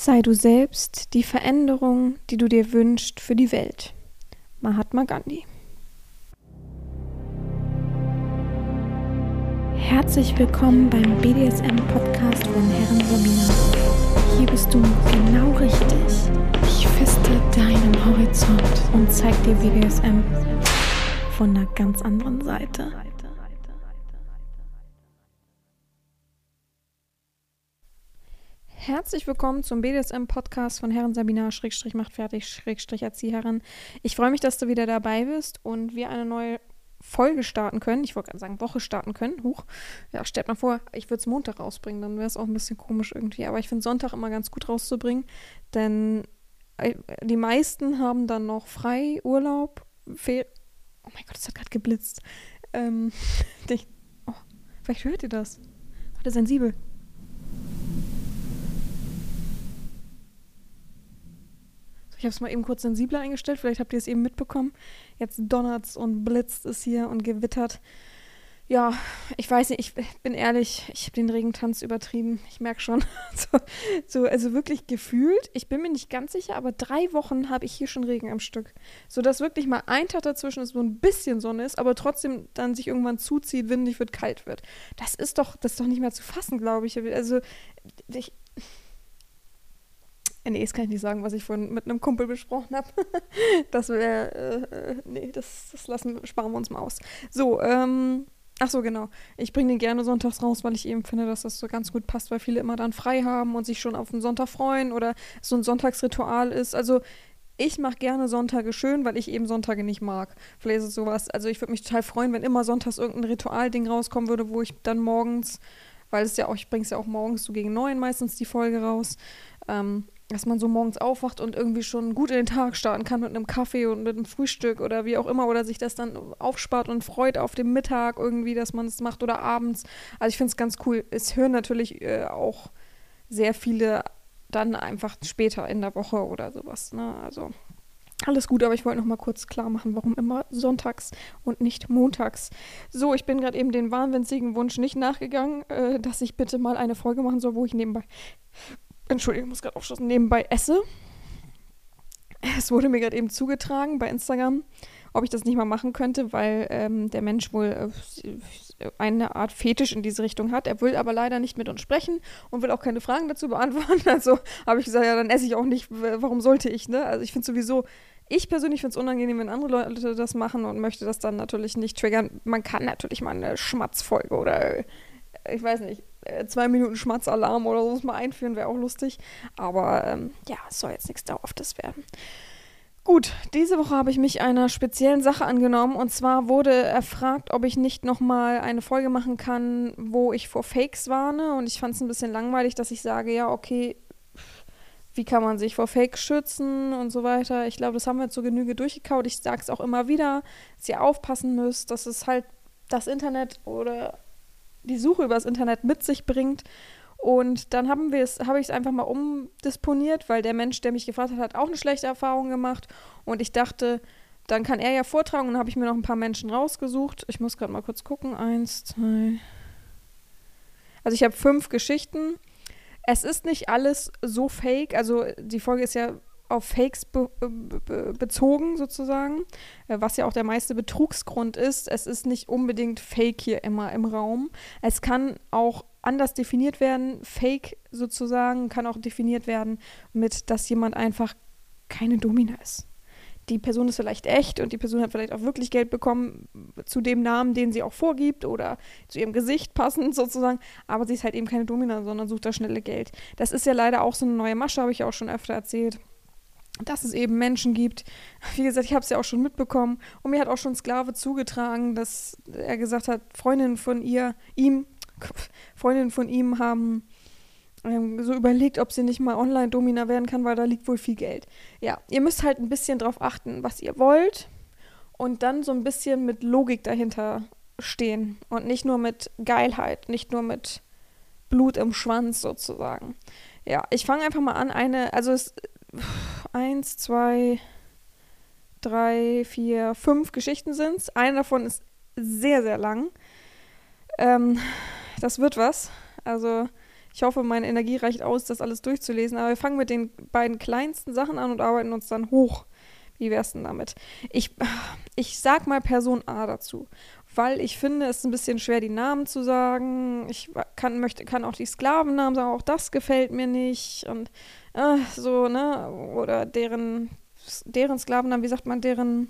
Sei du selbst die Veränderung, die du dir wünschst für die Welt. Mahatma Gandhi. Herzlich willkommen beim BDSM-Podcast von Herren Sabina. Hier bist du genau richtig. Ich feste deinen Horizont und zeig dir BDSM von einer ganz anderen Seite. Herzlich willkommen zum BDSM-Podcast von Herren Sabina /Machtfertig/Erzieherin. Ich freue mich, dass du wieder dabei bist und wir eine neue Folge starten können. Ich wollte gerade sagen, Woche starten können. Huch. Ja, stellt mal vor, ich würde es Montag rausbringen, dann wäre es auch ein bisschen komisch irgendwie. Aber ich finde Sonntag immer ganz gut rauszubringen, denn die meisten haben dann noch frei, Urlaub, Ferien. Oh mein Gott, es hat gerade geblitzt. Vielleicht hört ihr das. Warte, sensibel. Ich habe es mal eben kurz sensibler eingestellt, vielleicht habt ihr es eben mitbekommen. Jetzt donnert's und blitzt es hier und gewittert. Ja, ich weiß nicht, ich bin ehrlich, ich habe den Regentanz übertrieben. Ich merke schon, also wirklich gefühlt, ich bin mir nicht ganz sicher, aber 3 Wochen habe ich hier schon Regen am Stück. Sodass wirklich mal ein Tag dazwischen ist, wo ein bisschen Sonne ist, aber trotzdem dann sich irgendwann zuzieht, windig wird, kalt wird. Das ist doch nicht mehr zu fassen, glaube ich. Also, nee, das kann ich nicht sagen, was ich vorhin mit einem Kumpel besprochen habe. Das wäre, sparen wir uns mal aus. So, ach so, genau. Ich bringe den gerne sonntags raus, weil ich eben finde, dass das so ganz gut passt, weil viele immer dann frei haben und sich schon auf den Sonntag freuen oder so ein Sonntagsritual ist. Also, ich mache gerne Sonntage schön, weil ich eben Sonntage nicht mag. Vielleicht ist es sowas, also ich würde mich total freuen, wenn immer sonntags irgendein Ritualding rauskommen würde, wo ich dann morgens, weil es ja auch, ich bringe es ja auch morgens so gegen 9 meistens die Folge raus, dass man so morgens aufwacht und irgendwie schon gut in den Tag starten kann mit einem Kaffee und mit einem Frühstück oder wie auch immer oder sich das dann aufspart und freut auf den Mittag irgendwie, dass man es macht oder abends. Also ich finde es ganz cool. Es hören natürlich auch sehr viele dann einfach später in der Woche oder sowas, ne? Also alles gut, aber ich wollte noch mal kurz klar machen, warum immer sonntags und nicht montags. So, ich bin gerade eben den wahnwitzigen Wunsch nicht nachgegangen, dass ich bitte mal eine Folge machen soll, wo ich nebenbei esse. Es wurde mir gerade eben zugetragen bei Instagram, ob ich das nicht mal machen könnte, weil der Mensch wohl eine Art Fetisch in diese Richtung hat. Er will aber leider nicht mit uns sprechen und will auch keine Fragen dazu beantworten. Also habe ich gesagt, ja, dann esse ich auch nicht. Warum sollte ich, ne? Also ich finde sowieso, ich persönlich finde es unangenehm, wenn andere Leute das machen und möchte das dann natürlich nicht triggern. Man kann natürlich mal eine Schmatzfolge oder ich weiß nicht, 2 Minuten Schmatzalarm oder so mal einführen, wäre auch lustig. Aber ja, es soll jetzt nichts Dauerhaftes werden. Gut, diese Woche habe ich mich einer speziellen Sache angenommen und zwar wurde erfragt, ob ich nicht nochmal eine Folge machen kann, wo ich vor Fakes warne und ich fand es ein bisschen langweilig, dass ich sage, ja, okay, wie kann man sich vor Fakes schützen und so weiter. Ich glaube, das haben wir zur Genüge durchgekaut. Ich sage es auch immer wieder, dass ihr aufpassen müsst, dass es halt das Internet oder die Suche über das Internet mit sich bringt. Und dann habe ich es einfach mal umdisponiert, weil der Mensch, der mich gefragt hat, hat auch eine schlechte Erfahrung gemacht. Und ich dachte, dann kann er ja vortragen. Und dann habe ich mir noch ein paar Menschen rausgesucht. Ich muss gerade mal kurz gucken. 1, 2. Also ich habe 5 Geschichten. Es ist nicht alles so fake. Also die Folge ist ja auf Fakes bezogen sozusagen, was ja auch der meiste Betrugsgrund ist. Es ist nicht unbedingt Fake hier immer im Raum. Es kann auch anders definiert werden. Fake sozusagen kann auch definiert werden mit, dass jemand einfach keine Domina ist. Die Person ist vielleicht echt und die Person hat vielleicht auch wirklich Geld bekommen zu dem Namen, den sie auch vorgibt oder zu ihrem Gesicht passend sozusagen, aber sie ist halt eben keine Domina, sondern sucht das schnelle Geld. Das ist ja leider auch so eine neue Masche, habe ich ja auch schon öfter erzählt, dass es eben Menschen gibt, wie gesagt, ich habe es ja auch schon mitbekommen und mir hat auch schon Sklave zugetragen, dass er gesagt hat, Freundinnen von ihm haben so überlegt, ob sie nicht mal Online-Domina werden kann, weil da liegt wohl viel Geld. Ja, ihr müsst halt ein bisschen drauf achten, was ihr wollt und dann so ein bisschen mit Logik dahinter stehen und nicht nur mit Geilheit, nicht nur mit Blut im Schwanz sozusagen. Ja, ich fange einfach mal an, 1, 2, 3, 4, 5 Geschichten sind es. Eine davon ist sehr, sehr lang. Das wird was. Also Ich hoffe, meine Energie reicht aus, das alles durchzulesen. Aber wir fangen mit den beiden kleinsten Sachen an und arbeiten uns dann hoch. Wie wär's denn damit? Ich sag mal Person A dazu, weil ich finde, es ist ein bisschen schwer, die Namen zu sagen. Ich kann auch die Sklavennamen sagen, auch das gefällt mir nicht. Und so, ne? Oder deren Sklavennamen, wie sagt man, deren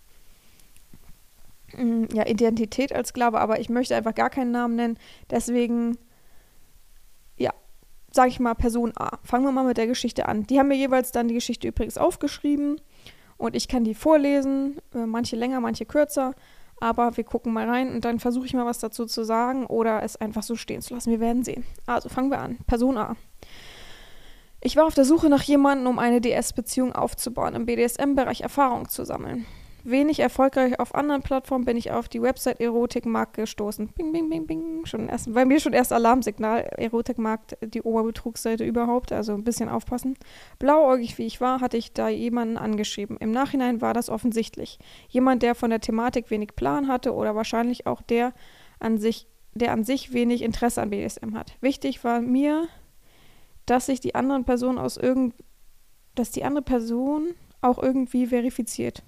Identität als Sklave, aber ich möchte einfach gar keinen Namen nennen. Deswegen, ja, sage ich mal Person A. Fangen wir mal mit der Geschichte an. Die haben mir jeweils dann die Geschichte übrigens aufgeschrieben und ich kann die vorlesen, manche länger, manche kürzer, aber wir gucken mal rein und dann versuche ich mal was dazu zu sagen oder es einfach so stehen zu lassen. Wir werden sehen. Also fangen wir an. Person A. Ich war auf der Suche nach jemandem, um eine DS-Beziehung aufzubauen, im BDSM-Bereich Erfahrung zu sammeln. Wenig erfolgreich auf anderen Plattformen bin ich auf die Website Erotikmarkt gestoßen. Bing, bing, bing, bing. Bei mir schon erst Alarmsignal. Erotikmarkt, die Oberbetrugsseite überhaupt, also ein bisschen aufpassen. Blauäugig wie ich war, hatte ich da jemanden angeschrieben. Im Nachhinein war das offensichtlich. Jemand, der von der Thematik wenig Plan hatte oder wahrscheinlich auch der an sich wenig Interesse an BDSM hat. Wichtig war mir, dass sich die andere Person auch irgendwie verifiziert.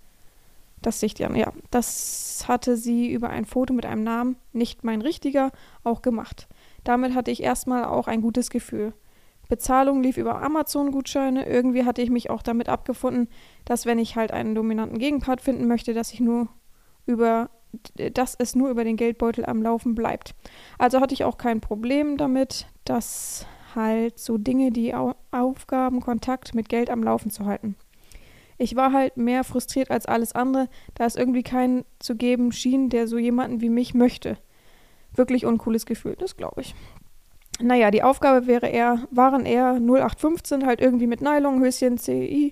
Das hatte sie über ein Foto mit einem Namen, nicht mein richtiger, auch gemacht. Damit hatte ich erstmal auch ein gutes Gefühl. Bezahlung lief über Amazon-Gutscheine. Irgendwie hatte ich mich auch damit abgefunden, dass wenn ich halt einen dominanten Gegenpart finden möchte, dass es nur über den Geldbeutel am Laufen bleibt. Also hatte ich auch kein Problem damit, dass halt so Dinge, die Aufgaben, Kontakt mit Geld am Laufen zu halten. Ich war halt mehr frustriert als alles andere, da es irgendwie keinen zu geben schien, der so jemanden wie mich möchte. Wirklich uncooles Gefühl, das glaube ich. Naja, die Aufgabe waren eher 0815, halt irgendwie mit Nylon, Höschen, CI.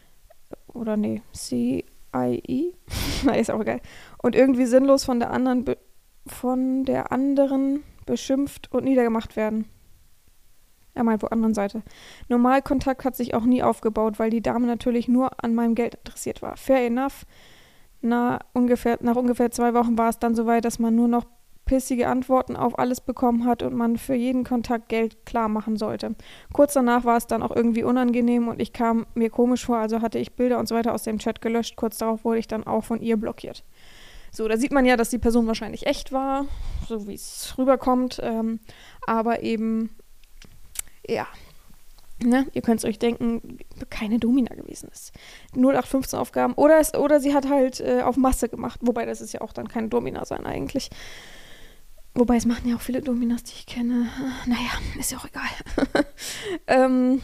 Na, ist auch egal. Und irgendwie sinnlos von der anderen beschimpft und niedergemacht werden. Er meint, wo anderen Seite. Normalkontakt hat sich auch nie aufgebaut, weil die Dame natürlich nur an meinem Geld interessiert war. Fair enough. Nach ungefähr 2 Wochen war es dann soweit, dass man nur noch pissige Antworten auf alles bekommen hat und man für jeden Kontakt Geld klar machen sollte. Kurz danach war es dann auch irgendwie unangenehm und ich kam mir komisch vor, also hatte ich Bilder und so weiter aus dem Chat gelöscht. Kurz darauf wurde ich dann auch von ihr blockiert. So, da sieht man ja, dass die Person wahrscheinlich echt war, so wie es rüberkommt, aber eben ja, ne, ihr könnt es euch denken, keine Domina gewesen ist. 0815 Aufgaben oder sie hat halt auf Masse gemacht, wobei das ist ja auch dann keine Domina sein eigentlich. Wobei es machen ja auch viele Dominas, die ich kenne. Naja, ist ja auch egal.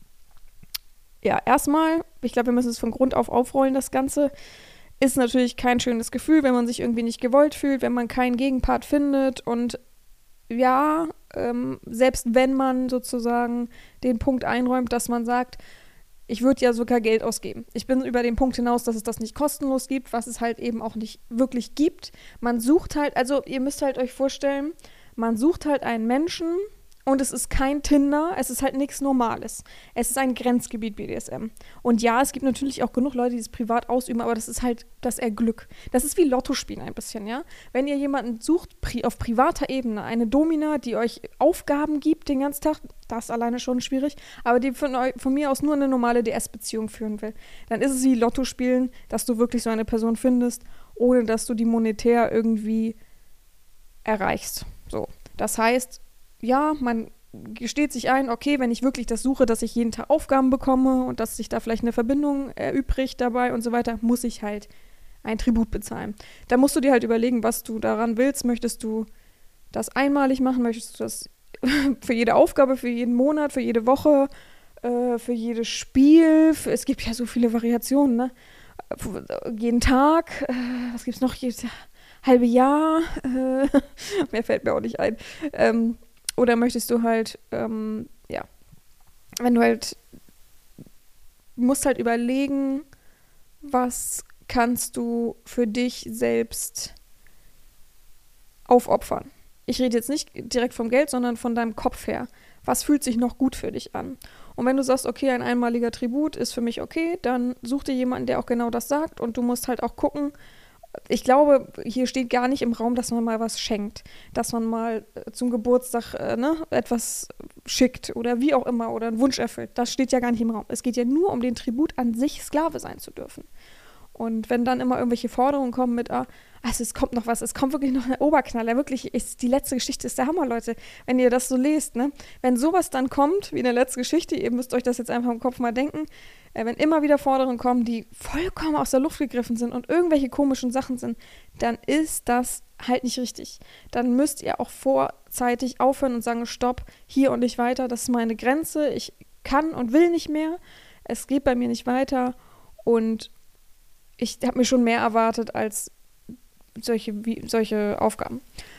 Ja, erstmal, ich glaube, wir müssen es von Grund auf aufrollen, das Ganze. Ist natürlich kein schönes Gefühl, wenn man sich irgendwie nicht gewollt fühlt, wenn man keinen Gegenpart findet und ja, selbst wenn man sozusagen den Punkt einräumt, dass man sagt, ich würde ja sogar Geld ausgeben. Ich bin über den Punkt hinaus, dass es das nicht kostenlos gibt, was es halt eben auch nicht wirklich gibt. Man sucht halt, also ihr müsst halt euch vorstellen, man sucht halt einen Menschen und es ist kein Tinder, es ist halt nichts Normales. Es ist ein Grenzgebiet BDSM. Und ja, es gibt natürlich auch genug Leute, die es privat ausüben, aber das ist halt das eher Glück. Das ist wie Lotto spielen ein bisschen, ja. Wenn ihr jemanden sucht, auf privater Ebene, eine Domina, die euch Aufgaben gibt den ganzen Tag, das ist alleine schon schwierig, aber die von mir aus nur eine normale DS-Beziehung führen will, dann ist es wie Lotto spielen, dass du wirklich so eine Person findest, ohne dass du die monetär irgendwie erreichst. So. Das heißt, ja, man gesteht sich ein, okay, wenn ich wirklich das suche, dass ich jeden Tag Aufgaben bekomme und dass sich da vielleicht eine Verbindung erübrigt dabei und so weiter, muss ich halt ein Tribut bezahlen. Da musst du dir halt überlegen, was du daran willst. Möchtest du das einmalig machen? Möchtest du das für jede Aufgabe, für jeden Monat, für jede Woche, für jedes Spiel? Es gibt ja so viele Variationen, ne? Jeden Tag, was gibt's noch? Jedes halbe Jahr, mehr fällt mir auch nicht ein. Oder möchtest du halt, wenn du halt, musst halt überlegen, was kannst du für dich selbst aufopfern. Ich rede jetzt nicht direkt vom Geld, sondern von deinem Kopf her. Was fühlt sich noch gut für dich an? Und wenn du sagst, okay, ein einmaliger Tribut ist für mich okay, dann such dir jemanden, der auch genau das sagt und du musst halt auch gucken, Ich glaube, hier steht gar nicht im Raum, dass man mal was schenkt, dass man mal zum Geburtstag etwas schickt oder wie auch immer oder einen Wunsch erfüllt. Das steht ja gar nicht im Raum. Es geht ja nur um den Tribut an sich, Sklave sein zu dürfen. Und wenn dann immer irgendwelche Forderungen kommen mit, also es kommt noch was, es kommt wirklich noch ein Oberknaller, wirklich, die letzte Geschichte ist der Hammer, Leute, wenn ihr das so lest, ne? Wenn sowas dann kommt, wie in der letzten Geschichte, ihr müsst euch das jetzt einfach im Kopf mal denken, wenn immer wieder Forderungen kommen, die vollkommen aus der Luft gegriffen sind und irgendwelche komischen Sachen sind, dann ist das halt nicht richtig. Dann müsst ihr auch vorzeitig aufhören und sagen, stopp, hier und nicht weiter, das ist meine Grenze, ich kann und will nicht mehr, es geht bei mir nicht weiter und ich habe mir schon mehr erwartet als solche Aufgaben.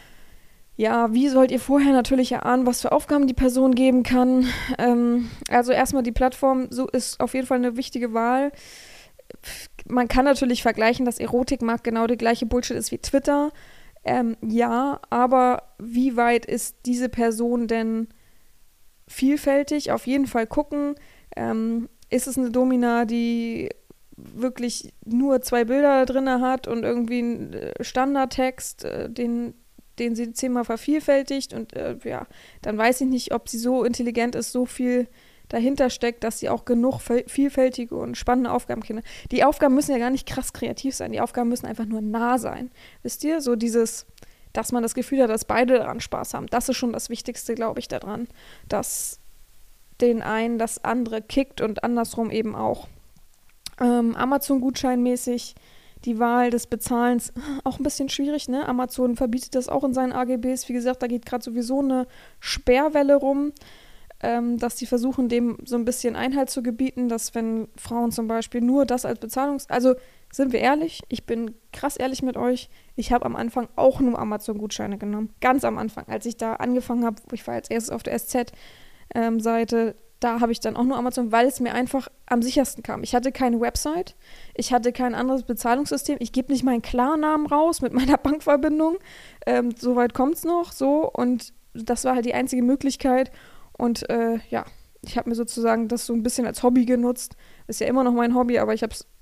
Ja, wie sollt ihr vorher natürlich erahnen, was für Aufgaben die Person geben kann? Also erstmal die Plattform, so ist auf jeden Fall eine wichtige Wahl. Man kann natürlich vergleichen, dass Erotikmarkt genau der gleiche Bullshit ist wie Twitter. Ja, aber wie weit ist diese Person denn vielfältig? Auf jeden Fall gucken. Ist es eine Domina, die wirklich nur 2 Bilder drin hat und irgendwie einen Standardtext, den sie 10-mal vervielfältigt und ja, dann weiß ich nicht, ob sie so intelligent ist, so viel dahinter steckt, dass sie auch genug vielfältige und spannende Aufgaben kennt. Die Aufgaben müssen ja gar nicht krass kreativ sein, die Aufgaben müssen einfach nur nah sein. Wisst ihr, so dieses, dass man das Gefühl hat, dass beide daran Spaß haben, das ist schon das Wichtigste, glaube ich, daran, dass den einen das andere kickt und andersrum eben auch. Amazon-Gutscheinmäßig die Wahl des Bezahlens auch ein bisschen schwierig, ne? Amazon verbietet das auch in seinen AGBs. Wie gesagt, da geht gerade sowieso eine Sperrwelle rum, dass sie versuchen, dem so ein bisschen Einhalt zu gebieten, dass wenn Frauen zum Beispiel nur das als Also sind wir ehrlich, ich bin krass ehrlich mit euch, ich habe am Anfang auch nur Amazon-Gutscheine genommen. Ganz am Anfang, als ich da angefangen habe, ich war als erstes auf der SZ-Seite, da habe ich dann auch nur Amazon, weil es mir einfach am sichersten kam. Ich hatte keine Website, ich hatte kein anderes Bezahlungssystem, ich gebe nicht meinen Klarnamen raus mit meiner Bankverbindung. Soweit kommt es noch, so. Und das war halt die einzige Möglichkeit. Und ja, ich habe mir sozusagen das so ein bisschen als Hobby genutzt. Ist ja immer noch mein Hobby, aber ich habe es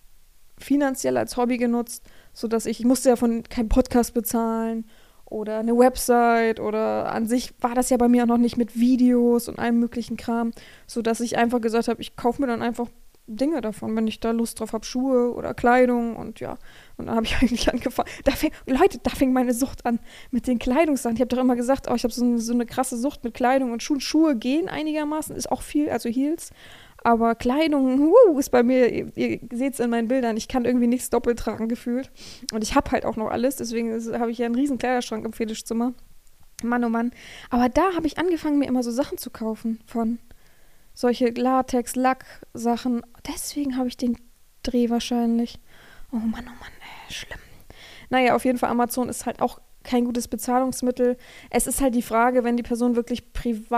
finanziell als Hobby genutzt, sodass ich musste ja von keinem Podcast bezahlen oder eine Website oder an sich war das ja bei mir auch noch nicht mit Videos und allem möglichen Kram, sodass ich einfach gesagt habe, ich kaufe mir dann einfach Dinge davon, wenn ich da Lust drauf habe, Schuhe oder Kleidung und ja, und dann habe ich eigentlich angefangen. Da fing meine Sucht an mit den Kleidungssachen. Ich habe doch immer gesagt, ich habe so eine krasse Sucht mit Kleidung und Schuhen. Schuhe gehen einigermaßen, ist auch viel, also Heels. Aber Kleidung, ist bei mir, ihr seht es in meinen Bildern, ich kann irgendwie nichts doppelt tragen gefühlt. Und ich habe halt auch noch alles, deswegen habe ich ja einen riesen Kleiderschrank im Fetischzimmer. Mann, oh Mann. Aber da habe ich angefangen, mir immer so Sachen zu kaufen von solche Latex-Lack-Sachen. Deswegen habe ich den Dreh wahrscheinlich. Oh Mann, schlimm. Naja, auf jeden Fall, Amazon ist halt auch kein gutes Bezahlungsmittel. Es ist halt die Frage, wenn die Person wirklich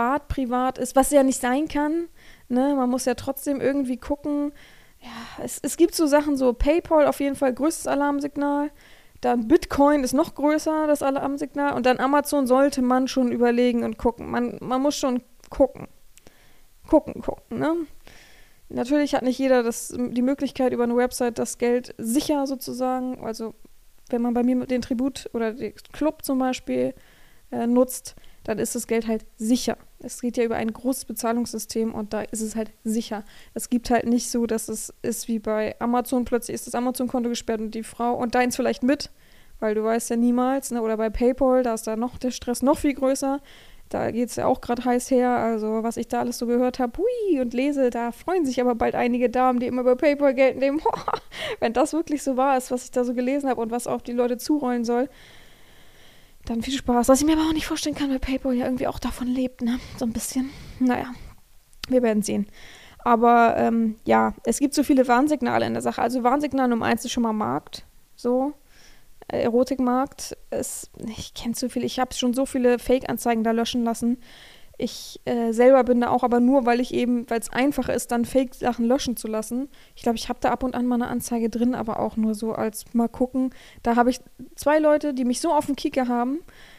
privat ist, was ja nicht sein kann. Ne, man muss ja trotzdem irgendwie gucken. Ja, es gibt so Sachen, so PayPal auf jeden Fall größtes Alarmsignal. Dann Bitcoin ist noch größer, das Alarmsignal. Und dann Amazon sollte man schon überlegen und gucken. Man muss schon gucken. Gucken, ne? Natürlich hat nicht jeder die Möglichkeit, über eine Website das Geld sicher sozusagen, also wenn man bei mir den Tribut oder den Club zum Beispiel nutzt, dann ist das Geld halt sicher. Es geht ja über ein großes Bezahlungssystem und da ist es halt sicher. Es gibt halt nicht so, dass es ist wie bei Amazon, plötzlich ist das Amazon-Konto gesperrt und die Frau und deins vielleicht mit, weil du weißt ja niemals, ne? Oder bei PayPal, da ist da noch der Stress noch viel größer. Da geht es ja auch gerade heiß her, also was ich da alles so gehört habe, und lese, da freuen sich aber bald einige Damen, die immer über PayPal Geld nehmen. Wenn das wirklich so wahr ist, was ich da so gelesen habe und was auf die Leute zurollen soll, dann viel Spaß. Was ich mir aber auch nicht vorstellen kann, weil PayPal ja irgendwie auch davon lebt, ne? So ein bisschen. Naja, wir werden sehen. Aber ja, es gibt so viele Warnsignale in der Sache. Also Warnsignal Nummer 1 ist schon mal Markt, so. Erotikmarkt, ich kenne zu viel, ich habe schon so viele Fake-Anzeigen da löschen lassen. Ich selber bin da auch, aber nur, weil es einfacher ist, dann Fake-Sachen löschen zu lassen. Ich glaube, ich habe da ab und an mal eine Anzeige drin, aber auch nur so als mal gucken. Da habe ich 2 Leute, die mich so auf den Kieker haben,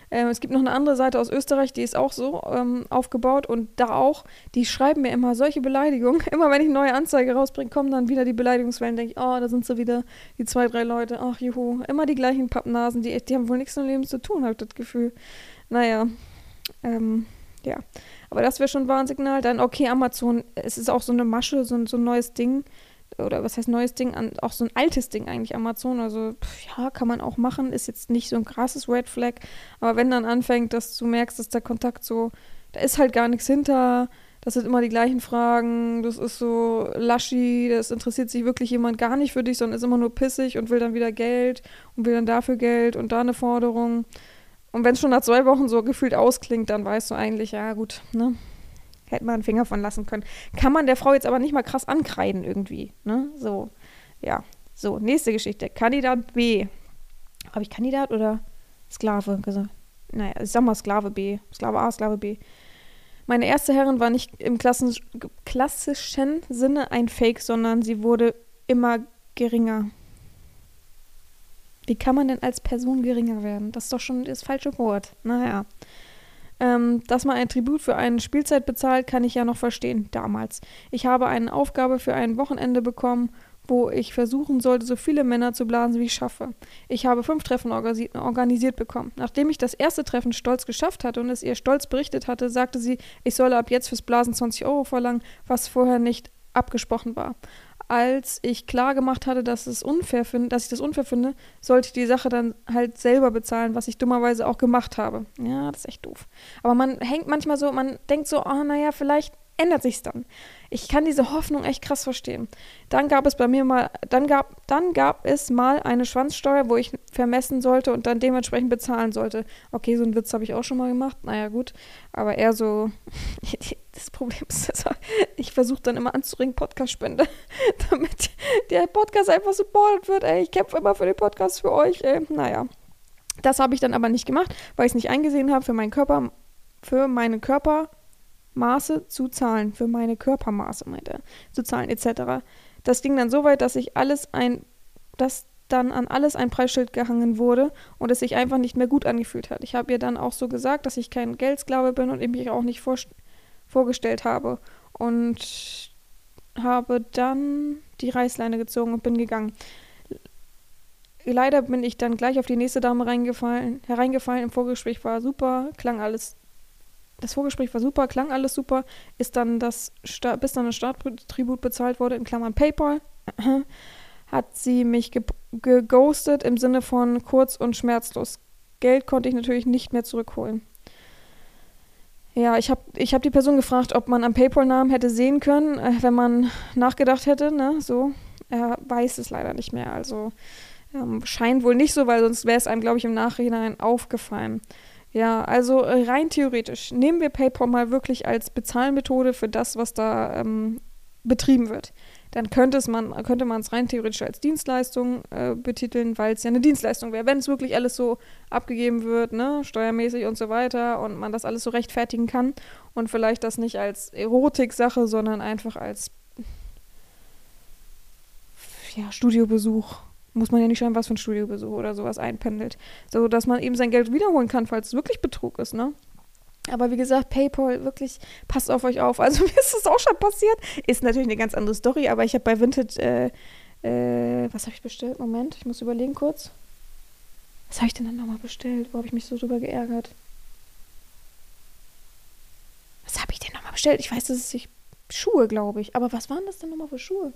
Es gibt noch eine andere Seite aus Österreich, die ist auch so aufgebaut und da auch, die schreiben mir immer solche Beleidigungen. Immer wenn ich eine neue Anzeige rausbringe, kommen dann wieder die Beleidigungswellen. Denke ich, oh, da sind so wieder die 2, 3 Leute. Ach, juhu. Immer die gleichen Pappnasen, die haben wohl nichts im Leben zu tun, habe ich das Gefühl. Naja, ja. Aber das wäre schon ein Warnsignal. Dann, okay, Amazon, es ist auch so eine Masche, so ein neues Ding. Oder was heißt neues Ding? Auch so ein altes Ding eigentlich, Amazon. Also, ja, kann man auch machen. Ist jetzt nicht so ein krasses Red Flag. Aber wenn dann anfängt, dass du merkst, dass der Kontakt so, da ist halt gar nichts hinter. Das sind immer die gleichen Fragen. Das ist so laschi. Das interessiert sich wirklich jemand gar nicht für dich, sondern ist immer nur pissig und will dann wieder Geld und will dann dafür Geld und da eine Forderung. Und wenn es schon nach 2 Wochen so gefühlt ausklingt, dann weißt du eigentlich, ja gut, ne? Hätte man einen Finger von lassen können. Kann man der Frau jetzt aber nicht mal krass ankreiden irgendwie, ne? So, ja. So, nächste Geschichte. Kandidat B. Habe ich Kandidat oder Sklave gesagt? Naja, ich sag mal Sklave B. Sklave A, Sklave B. Meine erste Herrin war nicht im klassischen Sinne ein Fake, sondern sie wurde immer geringer. Wie kann man denn als Person geringer werden? Das ist doch schon das falsche Wort. Naja. Dass man ein Tribut für eine Spielzeit bezahlt, kann ich ja noch verstehen, damals. Ich habe eine Aufgabe für ein Wochenende bekommen, wo ich versuchen sollte, so viele Männer zu blasen, wie ich schaffe. Ich habe 5 Treffen organisiert bekommen. Nachdem ich das erste Treffen stolz geschafft hatte und es ihr stolz berichtet hatte, sagte sie, ich solle ab jetzt fürs Blasen 20 Euro verlangen, was vorher nicht abgesprochen war. Als ich klar gemacht hatte, dass ich das unfair finde, sollte ich die Sache dann halt selber bezahlen, was ich dummerweise auch gemacht habe. Ja, das ist echt doof. Aber man hängt manchmal so, man denkt so, oh, naja, vielleicht ändert sich's dann. Ich kann diese Hoffnung echt krass verstehen. Dann gab es mal eine Schwanzsteuer, wo ich vermessen sollte und dann dementsprechend bezahlen sollte. Okay, so einen Witz habe ich auch schon mal gemacht. Naja, gut. Aber eher so, das Problem ist, ich versuche dann immer anzuringen, Podcast-Spende, damit der Podcast einfach supportet wird. Ey, ich kämpfe immer für den Podcast für euch. Ey. Naja. Das habe ich dann aber nicht gemacht, weil ich es nicht eingesehen habe, für meine Körpermaße zu zahlen, zu zahlen, etc. Das ging dann so weit, dass dann an alles ein Preisschild gehangen wurde und es sich einfach nicht mehr gut angefühlt hat. Ich habe ihr dann auch so gesagt, dass ich kein Geldsklave bin und ich mich auch nicht vorgestellt habe und habe dann die Reißleine gezogen und bin gegangen. Leider bin ich dann gleich auf die nächste Dame hereingefallen. Im Vorgespräch war super, das Vorgespräch war super, klang alles super, bis dann das Starttribut bezahlt wurde, in Klammern PayPal, hat sie mich geghostet im Sinne von kurz und schmerzlos. Geld konnte ich natürlich nicht mehr zurückholen. Ja, ich hab die Person gefragt, ob man am PayPal-Namen hätte sehen können, wenn man nachgedacht hätte, ne, so. Er weiß es leider nicht mehr, also scheint wohl nicht so, weil sonst wäre es einem, glaube ich, im Nachhinein aufgefallen. Ja, also rein theoretisch nehmen wir PayPal mal wirklich als Bezahlmethode für das, was da betrieben wird. Dann könnte man es rein theoretisch als Dienstleistung betiteln, weil es ja eine Dienstleistung wäre. Wenn es wirklich alles so abgegeben wird, ne, steuermäßig und so weiter und man das alles so rechtfertigen kann und vielleicht das nicht als Erotik-Sache, sondern einfach als Studiobesuch. Muss man ja nicht schreiben, was für ein Studiobesuch oder sowas einpendelt. So, dass man eben sein Geld wiederholen kann, falls es wirklich Betrug ist, ne? Aber wie gesagt, PayPal, wirklich, passt auf euch auf. Also mir ist das auch schon passiert. Ist natürlich eine ganz andere Story, aber ich habe bei Vinted, was habe ich bestellt? Moment, ich muss überlegen kurz. Was habe ich denn dann nochmal bestellt? Wo habe ich mich so drüber geärgert? Was habe ich denn nochmal bestellt? Ich weiß, dass es sich Schuhe, glaube ich. Aber was waren das denn nochmal für Schuhe?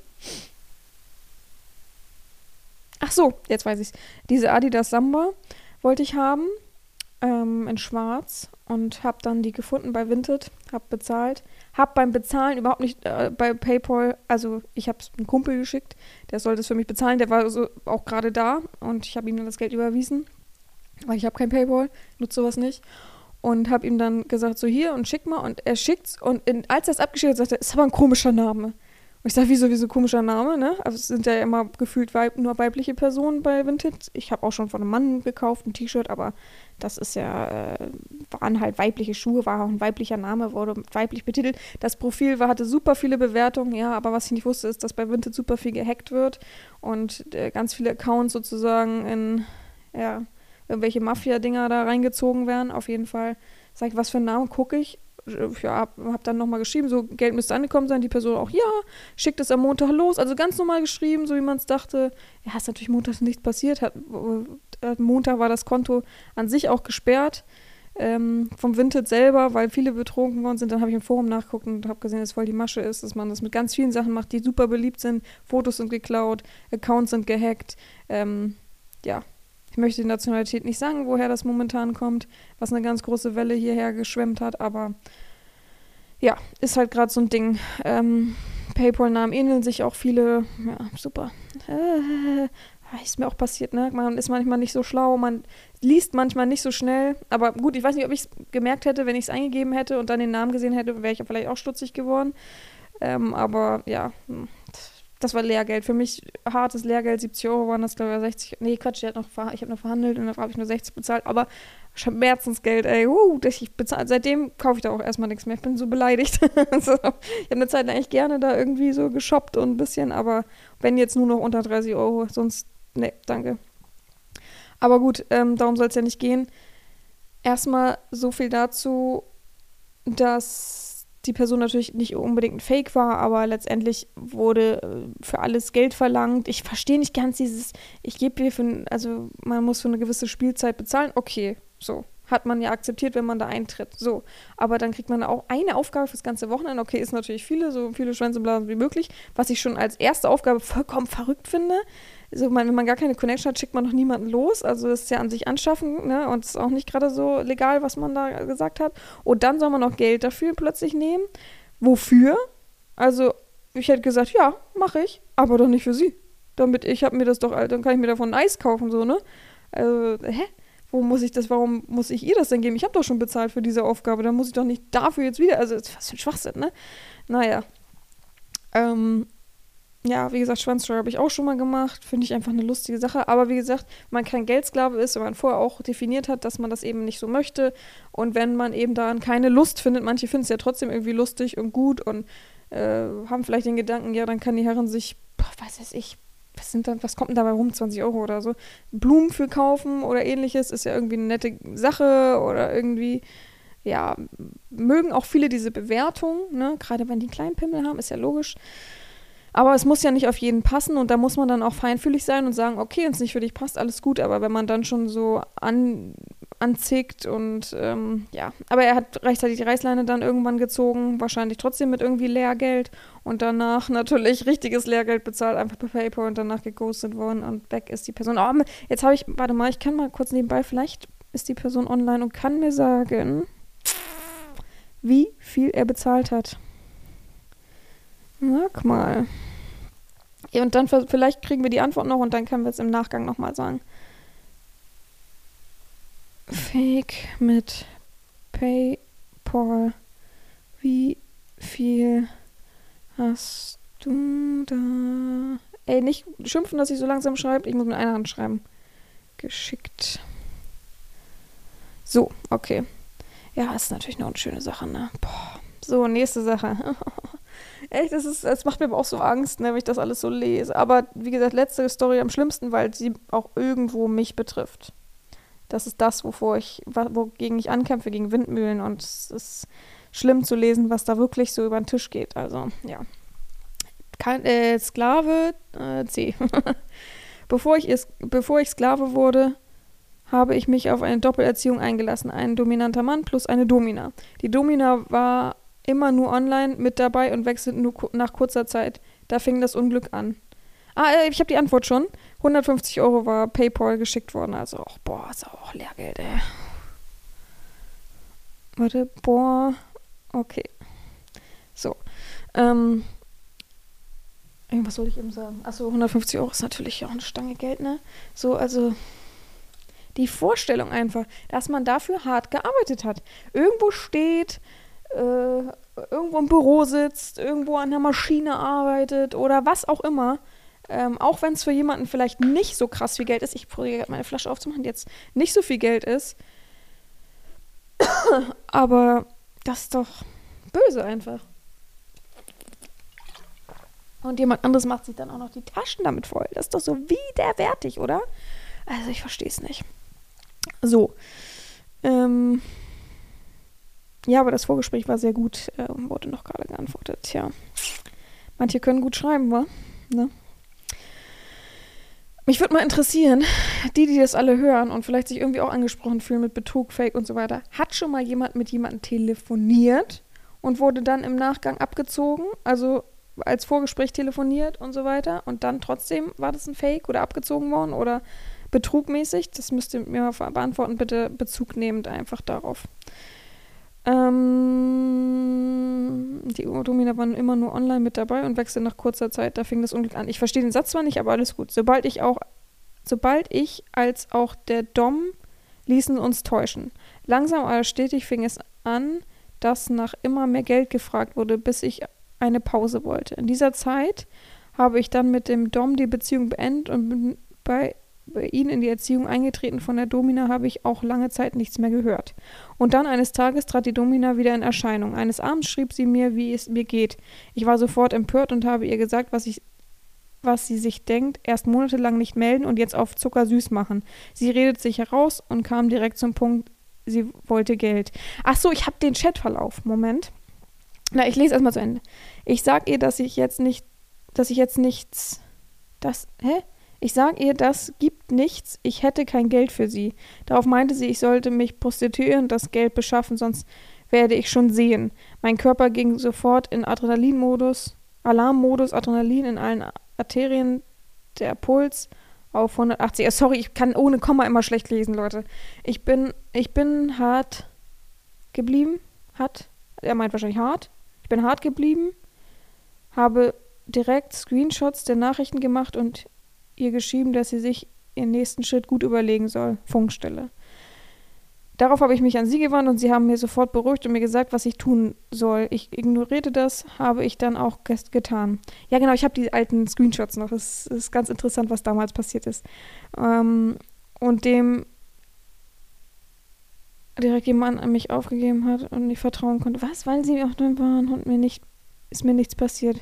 Ach so, jetzt weiß ich's. Diese Adidas Samba wollte ich haben, in schwarz und habe dann die gefunden bei Vinted, habe bezahlt. Habe beim Bezahlen überhaupt nicht bei PayPal, also ich habe es einem Kumpel geschickt, der sollte es für mich bezahlen, der war so auch gerade da und ich habe ihm dann das Geld überwiesen, weil ich habe kein PayPal, nutze sowas nicht. Und habe ihm dann gesagt, so hier und schick mal und er schickt's und als er es abgeschickt hat, sagte er, ist aber ein komischer Name. Und ich sage, wieso komischer Name, ne? Also es sind ja immer gefühlt nur weibliche Personen bei Vinted. Ich habe auch schon von einem Mann gekauft, ein T-Shirt, aber das ist ja, waren halt weibliche Schuhe, war auch ein weiblicher Name, wurde weiblich betitelt. Das Profil hatte super viele Bewertungen, ja, aber was ich nicht wusste, ist, dass bei Vinted super viel gehackt wird und ganz viele Accounts sozusagen irgendwelche Mafia-Dinger da reingezogen werden. Auf jeden Fall, sag ich, was für einen Namen gucke ich? Ja, hab dann nochmal geschrieben, so, Geld müsste angekommen sein. Die Person auch, ja, schickt es am Montag los. Also ganz normal geschrieben, so wie man es dachte. Ja, ist natürlich montags nichts passiert. Montag war das Konto an sich auch gesperrt. Vom Vinted selber, weil viele betrunken worden sind. Dann habe ich im Forum nachgeguckt und habe gesehen, dass es voll die Masche ist, dass man das mit ganz vielen Sachen macht, die super beliebt sind. Fotos sind geklaut, Accounts sind gehackt. Ja, ich möchte die Nationalität nicht sagen, woher das momentan kommt, was eine ganz große Welle hierher geschwemmt hat, aber ja, ist halt gerade so ein Ding. PayPal-Namen ähneln sich auch viele. Ja, super. Ist mir auch passiert, ne? Man ist manchmal nicht so schlau, man liest manchmal nicht so schnell. Aber gut, ich weiß nicht, ob ich es gemerkt hätte, wenn ich es eingegeben hätte und dann den Namen gesehen hätte, wäre ich ja vielleicht auch stutzig geworden. Aber ja, das war Lehrgeld. Für mich hartes Lehrgeld, 70 Euro waren das, glaube ich, 60. Nee, Quatsch, ich habe noch verhandelt und dafür habe ich nur 60 bezahlt. Aber Schmerzensgeld, ey. Seitdem kaufe ich da auch erstmal nichts mehr. Ich bin so beleidigt. Also, ich habe eine Zeit lang echt gerne da irgendwie so geshoppt und ein bisschen, aber wenn jetzt nur noch unter 30 Euro, sonst, nee, danke. Aber gut, darum soll es ja nicht gehen. Erstmal so viel dazu, dass die Person natürlich nicht unbedingt ein Fake war, aber letztendlich wurde für alles Geld verlangt. Ich verstehe nicht ganz ich gebe hier also man muss für eine gewisse Spielzeit bezahlen. Okay, so. Hat man ja akzeptiert, wenn man da eintritt. So. Aber dann kriegt man auch eine Aufgabe fürs ganze Wochenende. Okay, ist natürlich so viele Schwänzeblasen wie möglich, was ich schon als erste Aufgabe vollkommen verrückt finde. Also, wenn man gar keine Connection hat, schickt man noch niemanden los. Also das ist ja an sich anschaffen, ne? Und es ist auch nicht gerade so legal, was man da gesagt hat. Und dann soll man noch Geld dafür plötzlich nehmen. Wofür? Also ich hätte gesagt, ja, mache ich, aber doch nicht für sie. Dann kann ich mir davon ein Eis kaufen, so, ne? Also, warum muss ich ihr das denn geben? Ich habe doch schon bezahlt für diese Aufgabe, dann muss ich doch nicht dafür jetzt wieder, also was für ein Schwachsinn, ne? Naja. Ja, wie gesagt, Schwanzsteuer habe ich auch schon mal gemacht, finde ich einfach eine lustige Sache, aber wie gesagt, wenn man kein Geldsklave ist, wenn man vorher auch definiert hat, dass man das eben nicht so möchte und wenn man eben daran keine Lust findet, manche finden es ja trotzdem irgendwie lustig und gut und haben vielleicht den Gedanken, ja, dann kann die Herren sich, was weiß ich, was kommt denn dabei rum, 20 Euro oder so, Blumen für kaufen oder ähnliches, ist ja irgendwie eine nette Sache oder irgendwie, ja, mögen auch viele diese Bewertung, ne, gerade wenn die einen kleinen Pimmel haben, ist ja logisch, aber es muss ja nicht auf jeden passen und da muss man dann auch feinfühlig sein und sagen, okay, wenn es nicht für dich passt, alles gut, aber wenn man dann schon so anzickt und ja, aber er hat rechtzeitig die Reißleine dann irgendwann gezogen, wahrscheinlich trotzdem mit irgendwie Lehrgeld und danach natürlich richtiges Lehrgeld bezahlt, einfach per PayPal und danach geghostet worden und weg ist die Person. Oh, jetzt habe warte mal, ich kann mal kurz nebenbei, vielleicht ist die Person online und kann mir sagen, wie viel er bezahlt hat. Sag mal. Ja, und dann vielleicht kriegen wir die Antwort noch und dann können wir es im Nachgang nochmal sagen. Fake mit PayPal. Wie viel hast du da? Ey, nicht schimpfen, dass ich so langsam schreibe. Ich muss mit einer Hand schreiben. Geschickt. So, okay. Ja, ist natürlich noch eine schöne Sache, ne? Boah. So, nächste Sache. Echt, es macht mir aber auch so Angst, ne, wenn ich das alles so lese. Aber wie gesagt, letzte Story am schlimmsten, weil sie auch irgendwo mich betrifft. Das ist das, wogegen ich ankämpfe, gegen Windmühlen. Und es ist schlimm zu lesen, was da wirklich so über den Tisch geht. Also, ja. Sklave C. Bevor ich Sklave wurde, habe ich mich auf eine Doppelerziehung eingelassen. Ein dominanter Mann plus eine Domina. Die Domina war immer nur online mit dabei und wechselt nur nach kurzer Zeit. Da fing das Unglück an. Ich habe die Antwort schon. 150 Euro war PayPal geschickt worden. Also, boah, ist auch Lehrgeld, ey. Warte, boah. Okay. So. Was soll ich eben sagen? Achso, 150 Euro ist natürlich auch eine Stange Geld, ne? So, also die Vorstellung einfach, dass man dafür hart gearbeitet hat. Irgendwo steht, irgendwo im Büro sitzt, irgendwo an der Maschine arbeitet oder was auch immer. Auch wenn es für jemanden vielleicht nicht so krass viel Geld ist, ich probiere gerade meine Flasche aufzumachen, jetzt nicht so viel Geld ist, aber das ist doch böse einfach. Und jemand anderes macht sich dann auch noch die Taschen damit voll. Das ist doch so widerwärtig, oder? Also ich verstehe es nicht. So. Ähm, ja, aber das Vorgespräch war sehr gut. Wurde noch gerade geantwortet. Tja. Manche können gut schreiben, wa? Ne? Mich würde mal interessieren, die das alle hören und vielleicht sich irgendwie auch angesprochen fühlen mit Betrug, Fake und so weiter. Hat schon mal jemand mit jemandem telefoniert und wurde dann im Nachgang abgezogen? Also als Vorgespräch telefoniert und so weiter und dann trotzdem war das ein Fake oder abgezogen worden oder betrugmäßig? Das müsst ihr mir mal beantworten, bitte Bezug nehmend einfach darauf. Die Domina waren immer nur online mit dabei und wechseln nach kurzer Zeit. Da fing das Unglück an. Ich verstehe den Satz zwar nicht, aber alles gut. Sobald ich als auch der Dom ließen uns täuschen. Langsam aber stetig fing es an, dass nach immer mehr Geld gefragt wurde, bis ich eine Pause wollte. In dieser Zeit habe ich dann mit dem Dom die Beziehung beendet und bin bei ihn in die Erziehung eingetreten. Von der Domina habe ich auch lange Zeit nichts mehr gehört. Und dann eines Tages trat die Domina wieder in Erscheinung. Eines Abends schrieb sie mir, wie es mir geht. Ich war sofort empört und habe ihr gesagt, was sie sich denkt, erst monatelang nicht melden und jetzt auf Zucker süß machen. Sie redet sich heraus und kam direkt zum Punkt, sie wollte Geld. Ach so, ich habe den Chatverlauf. Moment. Na, ich lese erstmal zu Ende. Ich sag ihr, Ich sag ihr, das gibt nichts, ich hätte kein Geld für sie. Darauf meinte sie, ich sollte mich prostituieren und das Geld beschaffen, sonst werde ich schon sehen. Mein Körper ging sofort in Adrenalinmodus, Alarmmodus, Adrenalin in allen Arterien, der Puls auf 180. Sorry, ich kann ohne Komma immer schlecht lesen, Leute. Ich bin hart geblieben. Er meint wahrscheinlich hart. Ich bin hart geblieben, habe direkt Screenshots der Nachrichten gemacht und ihr geschrieben, dass sie sich ihren nächsten Schritt gut überlegen soll. Funkstelle. Darauf habe ich mich an sie gewandt und sie haben mir sofort beruhigt und mir gesagt, was ich tun soll. Ich ignorierte das, habe ich dann auch getan. Ja genau, ich habe die alten Screenshots noch. Es ist ganz interessant, was damals passiert ist. Und dem direkt jemand an mich aufgegeben hat und nicht vertrauen konnte. Was? Weil sie auch da waren und ist mir nichts passiert.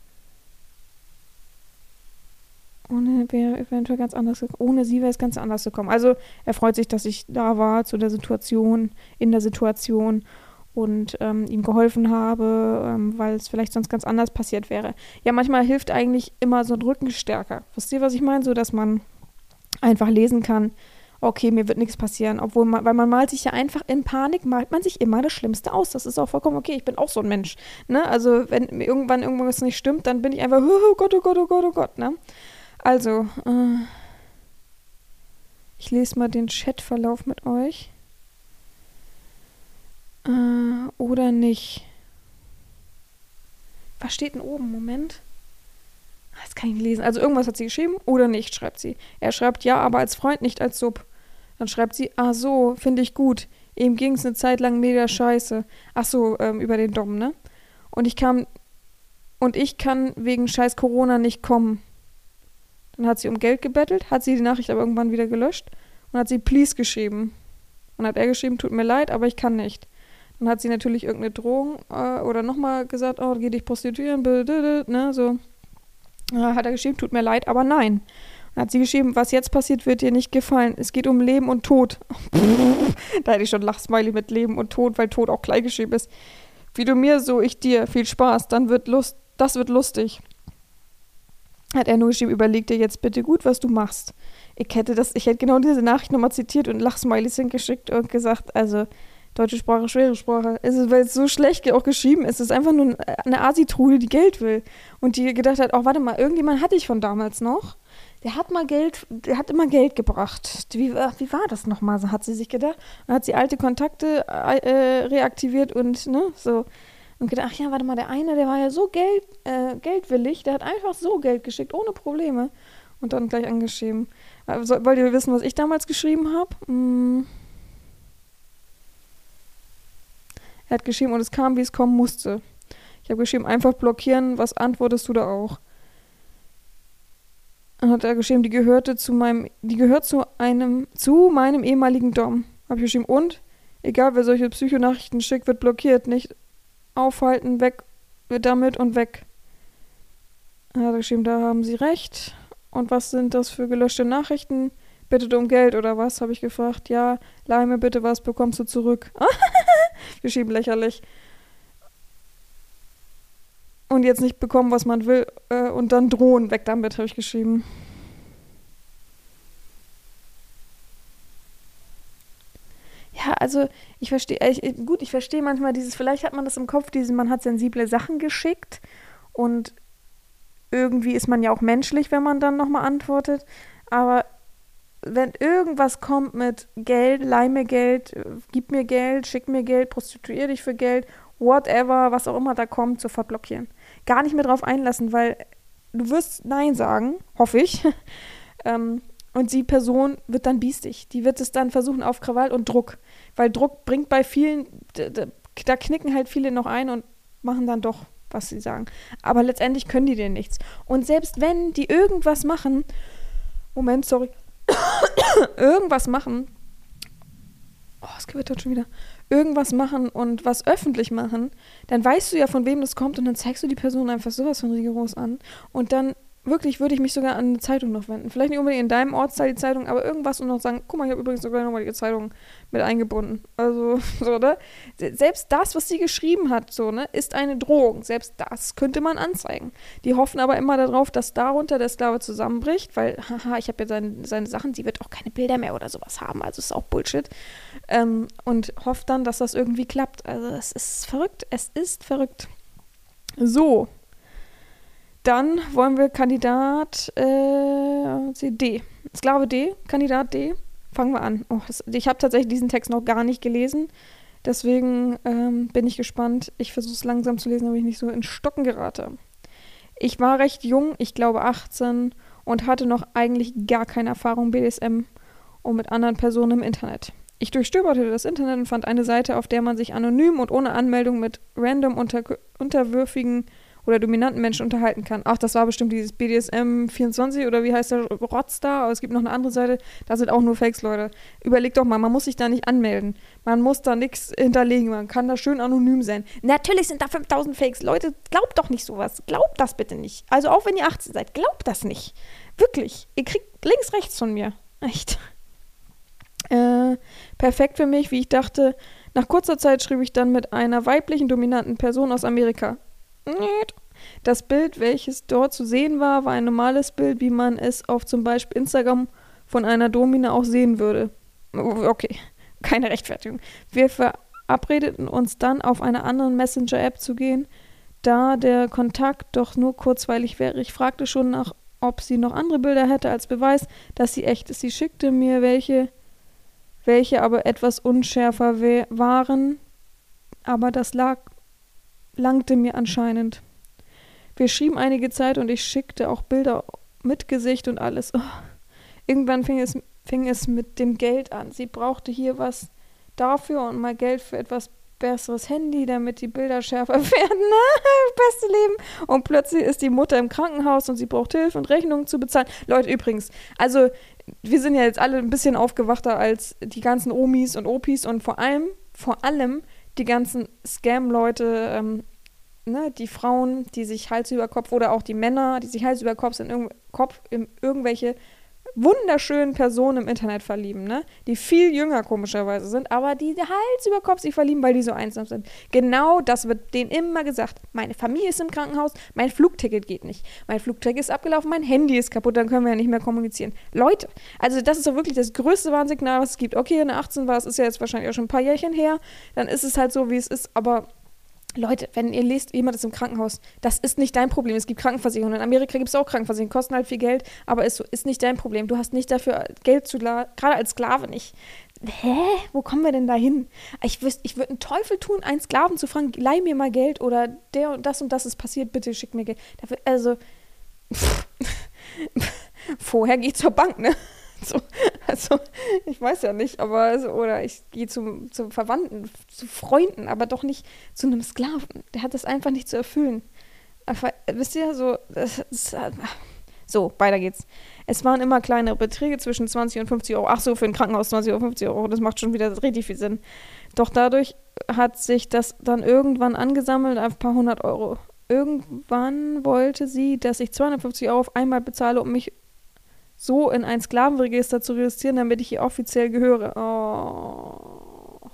Ohne sie wäre es ganz anders gekommen. Also er freut sich, dass ich da war in der Situation und ihm geholfen habe, weil es vielleicht sonst ganz anders passiert wäre. Ja, manchmal hilft eigentlich immer so ein Rückenstärker. Wisst ihr, was ich meine? So, dass man einfach lesen kann, okay, mir wird nichts passieren. Weil man malt sich ja einfach in Panik, malt man sich immer das Schlimmste aus. Das ist auch vollkommen okay. Ich bin auch so ein Mensch. Ne? Also wenn mir irgendwas nicht stimmt, dann bin ich einfach, oh Gott, oh Gott, oh Gott, oh Gott. Ne? Also, ich lese mal den Chatverlauf mit euch. Oder nicht. Was steht denn oben? Moment. Das kann ich nicht lesen. Also irgendwas hat sie geschrieben oder nicht, schreibt sie. Er schreibt, ja, aber als Freund, nicht als Sub. Dann schreibt sie, ach so, finde ich gut. Ihm ging es eine Zeit lang mega scheiße. Ach so, über den Dom, ne? Und ich kann wegen scheiß Corona nicht kommen. Dann hat sie um Geld gebettelt, hat sie die Nachricht aber irgendwann wieder gelöscht und hat sie please geschrieben. Und hat er geschrieben, tut mir leid, aber ich kann nicht. Dann hat sie natürlich irgendeine Drohung oder nochmal gesagt, oh, geh dich prostituieren, ne, so. Hat er geschrieben, tut mir leid, aber nein. Dann hat sie geschrieben, was jetzt passiert, wird dir nicht gefallen. Es geht um Leben und Tod. Da hätte ich schon Lachsmiley mit Leben und Tod, weil Tod auch klein geschrieben ist. Wie du mir, so ich dir. Viel Spaß, das wird lustig. Hat er nur geschrieben, überleg dir jetzt bitte gut, was du machst. Ich hätte genau diese Nachricht nochmal zitiert und Lachsmileys hingeschickt und gesagt, also deutsche Sprache, schwere Sprache. Weil es so schlecht auch geschrieben ist. Es ist einfach nur eine Asitrude, die Geld will. Und die gedacht hat, oh, warte mal, irgendjemand hatte ich von damals noch. Der hat immer Geld gebracht. Wie war das nochmal, hat sie sich gedacht. Dann hat sie alte Kontakte reaktiviert und, ne, so. Und gedacht, ach ja, warte mal, der eine, der war ja so geldwillig, der hat einfach so Geld geschickt, ohne Probleme. Und dann gleich angeschrieben. Wollt ihr wissen, was ich damals geschrieben habe? Er hat geschrieben, und es kam, wie es kommen musste. Ich habe geschrieben, einfach blockieren, was antwortest du da auch? Dann hat er geschrieben, die gehört zu meinem ehemaligen Dom. Habe ich geschrieben, und? Egal, wer solche Psychonachrichten schickt, wird blockiert, nicht aufhalten, weg, damit und weg. Dann hat er geschrieben, da haben sie recht. Und was sind das für gelöschte Nachrichten? Bittet um Geld oder was, habe ich gefragt. Ja, leih mir bitte was, bekommst du zurück. Geschrieben lächerlich. Und jetzt nicht bekommen, was man will und dann drohen. Weg damit, habe ich geschrieben. Ja, also ich verstehe, ich verstehe manchmal vielleicht hat man das im Kopf, man hat sensible Sachen geschickt und irgendwie ist man ja auch menschlich, wenn man dann nochmal antwortet, aber wenn irgendwas kommt mit Geld, leih mir Geld, gib mir Geld, schick mir Geld, prostituier dich für Geld, whatever, was auch immer da kommt, sofort blockieren. Gar nicht mehr drauf einlassen, weil du wirst Nein sagen, hoffe ich. Und die Person wird dann biestig. Die wird es dann versuchen auf Krawall und Druck. Weil Druck bringt bei vielen, da knicken halt viele noch ein und machen dann doch, was sie sagen. Aber letztendlich können die dir nichts. Und selbst wenn die irgendwas machen, Moment, sorry, irgendwas machen, oh, es gewittert schon wieder, irgendwas machen und was öffentlich machen, dann weißt du ja, von wem das kommt und dann zeigst du die Person einfach sowas von rigoros an und dann wirklich würde ich mich sogar an eine Zeitung noch wenden. Vielleicht nicht unbedingt in deinem Ortsteil die Zeitung, aber irgendwas und noch sagen, guck mal, ich habe übrigens sogar nochmal die Zeitung mit eingebunden. Also, so, ne? Selbst das, was sie geschrieben hat, so, ne, ist eine Drohung. Selbst das könnte man anzeigen. Die hoffen aber immer darauf, dass darunter der Sklave zusammenbricht, weil, haha, ich habe ja seine Sachen, sie wird auch keine Bilder mehr oder sowas haben, also ist auch Bullshit. Und hofft dann, dass das irgendwie klappt. Also, es ist verrückt. Es ist verrückt. So. Dann wollen wir Kandidat D. Sklave D, Kandidat D. Fangen wir an. Oh, ich habe tatsächlich diesen Text noch gar nicht gelesen. Deswegen bin ich gespannt. Ich versuche es langsam zu lesen, damit ich nicht so in Stocken gerate. Ich war recht jung, ich glaube 18, und hatte noch eigentlich gar keine Erfahrung BDSM und mit anderen Personen im Internet. Ich durchstöberte das Internet und fand eine Seite, auf der man sich anonym und ohne Anmeldung mit random unterwürfigen oder dominanten Menschen unterhalten kann. Ach, das war bestimmt dieses BDSM 24 oder wie heißt der Rotz da? Aber es gibt noch eine andere Seite, da sind auch nur Fakes, Leute. Überleg doch mal, man muss sich da nicht anmelden. Man muss da nichts hinterlegen, man kann da schön anonym sein. Natürlich sind da 5000 Fakes. Leute, glaubt doch nicht sowas. Glaubt das bitte nicht. Also auch wenn ihr 18 seid, glaubt das nicht. Wirklich. Ihr kriegt links, rechts von mir. Echt. Perfekt für mich, wie ich dachte. Nach kurzer Zeit schrieb ich dann mit einer weiblichen, dominanten Person aus Amerika. Das Bild, welches dort zu sehen war, war ein normales Bild, wie man es auf zum Beispiel Instagram von einer Domina auch sehen würde. Okay, keine Rechtfertigung. Wir verabredeten uns dann, auf einer anderen Messenger-App zu gehen, da der Kontakt doch nur kurzweilig wäre. Ich fragte schon nach, ob sie noch andere Bilder hätte als Beweis, dass sie echt ist. Sie schickte mir welche aber etwas unschärfer waren, aber das langte mir anscheinend. Wir schrieben einige Zeit und ich schickte auch Bilder mit Gesicht und alles. Oh. Irgendwann fing es mit dem Geld an. Sie brauchte hier was dafür und mal Geld für etwas besseres Handy, damit die Bilder schärfer werden. Beste Leben. Und plötzlich ist die Mutter im Krankenhaus und sie braucht Hilfe und Rechnungen zu bezahlen. Leute, übrigens, also wir sind ja jetzt alle ein bisschen aufgewachter als die ganzen Omis und Opis und vor allem die ganzen Scam-Leute, die Frauen, die sich Hals über Kopf oder auch die Männer, die sich Hals über Kopf in irgendwelche wunderschönen Personen im Internet verlieben, ne? Die viel jünger komischerweise sind, aber die Hals über Kopf sich verlieben, weil die so einsam sind. Genau das wird denen immer gesagt. Meine Familie ist im Krankenhaus, mein Flugticket geht nicht. Mein Flugticket ist abgelaufen, mein Handy ist kaputt, dann können wir ja nicht mehr kommunizieren. Leute, also das ist doch wirklich das größte Warnsignal, was es gibt. Okay, eine 18 war, es ist ja jetzt wahrscheinlich auch schon ein paar Jährchen her, dann ist es halt so, wie es ist, aber Leute, wenn ihr lest, jemand ist im Krankenhaus, das ist nicht dein Problem. Es gibt Krankenversicherungen. In Amerika gibt es auch Krankenversicherungen, kosten halt viel Geld, aber ist nicht dein Problem. Du hast nicht dafür Geld gerade als Sklave nicht. Hä? Wo kommen wir denn da hin? Ich würde einen Teufel tun, einen Sklaven zu fragen, leih mir mal Geld oder der und das ist passiert, bitte schick mir Geld. Dafür, also, vorher geh zur Bank, ne? So, also, ich weiß ja nicht, aber oder ich gehe zu Verwandten, zu Freunden, aber doch nicht zu einem Sklaven. Der hat das einfach nicht zu erfüllen. Aber, wisst ihr, so, weiter geht's. Es waren immer kleinere Beträge zwischen 20 und 50 Euro. Ach so, für ein Krankenhaus 20 oder 50 Euro, das macht schon wieder richtig viel Sinn. Doch dadurch hat sich das dann irgendwann angesammelt auf ein paar 100 Euro. Irgendwann wollte sie, dass ich 250 Euro auf einmal bezahle, um mich so in ein Sklavenregister zu registrieren, damit ich ihr offiziell gehöre. Oh.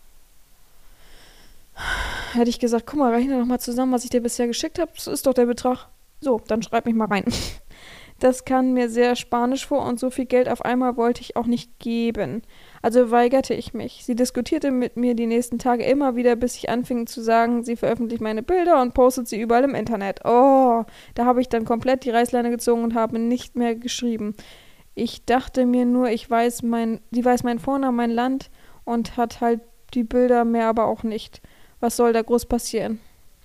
Hätte ich gesagt, guck mal, rechne doch mal zusammen, was ich dir bisher geschickt habe. Das ist doch der Betrag. So, dann schreib mich mal rein. Das kam mir sehr spanisch vor und so viel Geld auf einmal wollte ich auch nicht geben. Also weigerte ich mich. Sie diskutierte mit mir die nächsten Tage immer wieder, bis ich anfing zu sagen, sie veröffentlicht meine Bilder und postet sie überall im Internet. Oh, da habe ich dann komplett die Reißleine gezogen und habe nicht mehr geschrieben. Ich dachte mir nur, sie weiß meinen Vornamen, mein Land und hat halt die Bilder, mehr aber auch nicht. Was soll da groß passieren?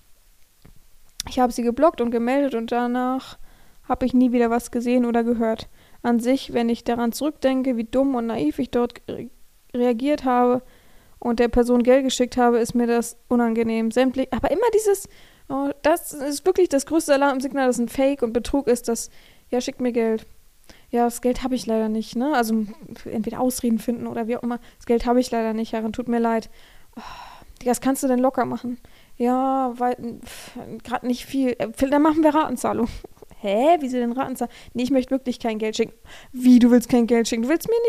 Ich habe sie geblockt und gemeldet und danach habe ich nie wieder was gesehen oder gehört. An sich, wenn ich daran zurückdenke, wie dumm und naiv ich dort reagiert habe und der Person Geld geschickt habe, ist mir das unangenehm. Sämtlich, aber immer dieses, oh, das ist wirklich das größte Alarmsignal, dass ein Fake und Betrug ist, das, ja, schickt mir Geld. Ja, das Geld habe ich leider nicht, ne? Also entweder Ausreden finden oder wie auch immer. Das Geld habe ich leider nicht, Herrin, tut mir leid. Oh, das kannst du denn locker machen? Ja, weil gerade nicht viel. Dann machen wir Ratenzahlung. Hä? Wieso denn Ratenzahlung? Nee, ich möchte wirklich kein Geld schicken. Wie, du willst kein Geld schicken? Du willst mir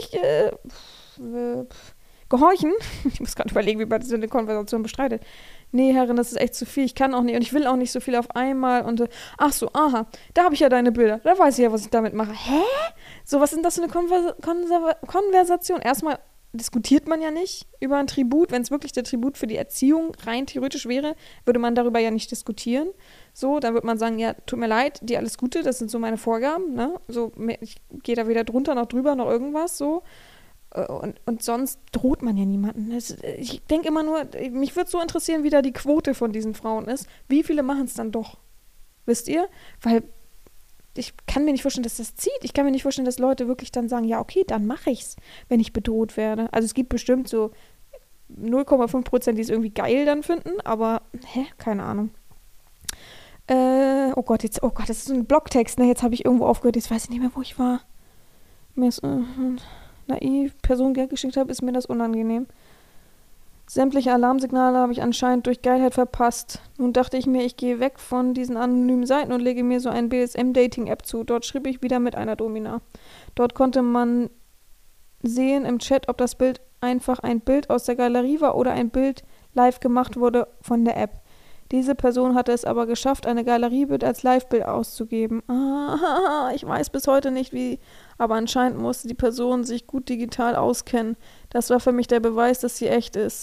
nicht gehorchen? Ich muss gerade überlegen, wie man so eine Konversation bestreitet. Nee, Herrin, das ist echt zu viel. Ich kann auch nicht und ich will auch nicht so viel auf einmal. Und ach so, aha, da habe ich ja deine Bilder. Da weiß ich ja, was ich damit mache. Hä? So, was ist denn das für eine Konversation? Erstmal diskutiert man ja nicht über ein Tribut. Wenn es wirklich der Tribut für die Erziehung rein theoretisch wäre, würde man darüber ja nicht diskutieren. So, dann würde man sagen, ja, tut mir leid, dir alles Gute, das sind so meine Vorgaben, ne? So, ich gehe da weder drunter noch drüber noch irgendwas, so. Und sonst droht man ja niemanden. Ich denke immer nur, mich würde so interessieren, wie da die Quote von diesen Frauen ist. Wie viele machen es dann doch? Wisst ihr? Weil ich kann mir nicht vorstellen, dass das zieht. Ich kann mir nicht vorstellen, dass Leute wirklich dann sagen, ja, okay, dann mache ich's, wenn ich bedroht werde. Also es gibt bestimmt so 0,5%, die es irgendwie geil dann finden, aber, keine Ahnung. Oh Gott, das ist so ein Blogtext, ne? Jetzt habe ich irgendwo aufgehört, jetzt weiß ich nicht mehr, wo ich war. Mir ist naiv, Person Geld geschickt habe, ist mir das unangenehm. Sämtliche Alarmsignale habe ich anscheinend durch Geilheit verpasst. Nun dachte ich mir, ich gehe weg von diesen anonymen Seiten und lege mir so ein BDSM-Dating-App zu. Dort schrieb ich wieder mit einer Domina. Dort konnte man sehen im Chat, ob das Bild einfach ein Bild aus der Galerie war oder ein Bild live gemacht wurde von der App. Diese Person hatte es aber geschafft, eine Galeriebild als Live-Bild auszugeben. Ich weiß bis heute nicht wie, aber anscheinend musste die Person sich gut digital auskennen. Das war für mich der Beweis, dass sie echt ist.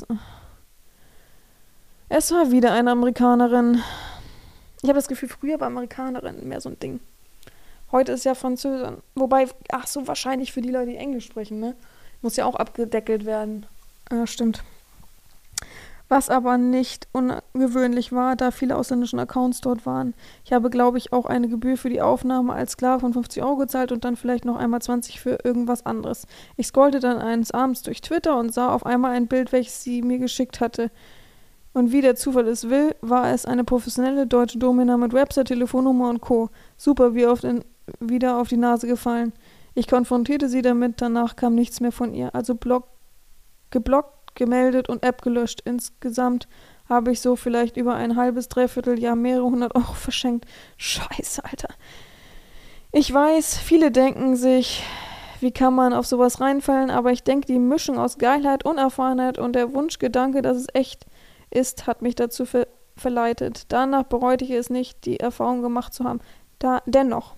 Es war wieder eine Amerikanerin. Ich habe das Gefühl, früher war Amerikanerin mehr so ein Ding. Heute ist ja Französin. Wobei, ach so, wahrscheinlich für die Leute, die Englisch sprechen, ne? Muss ja auch abgedeckelt werden. Stimmt. Was aber nicht ungewöhnlich war, da viele ausländische Accounts dort waren. Ich habe, glaube ich, auch eine Gebühr für die Aufnahme als Sklave von 50 € gezahlt und dann vielleicht noch einmal 20 für irgendwas anderes. Ich scrollte dann eines Abends durch Twitter und sah auf einmal ein Bild, welches sie mir geschickt hatte. Und wie der Zufall es will, war es eine professionelle deutsche Domina mit Website, Telefonnummer und Co. Super, wieder auf die Nase gefallen. Ich konfrontierte sie damit, danach kam nichts mehr von ihr. Also geblockt, gemeldet und App gelöscht. Insgesamt habe ich so vielleicht über ein halbes, dreiviertel Jahr mehrere 100 € verschenkt. Scheiße, Alter. Ich weiß, viele denken sich, wie kann man auf sowas reinfallen, aber ich denke, die Mischung aus Geilheit, Unerfahrenheit und der Wunschgedanke, dass es echt ist, hat mich dazu verleitet. Danach bereute ich es nicht, die Erfahrung gemacht zu haben. Dennoch.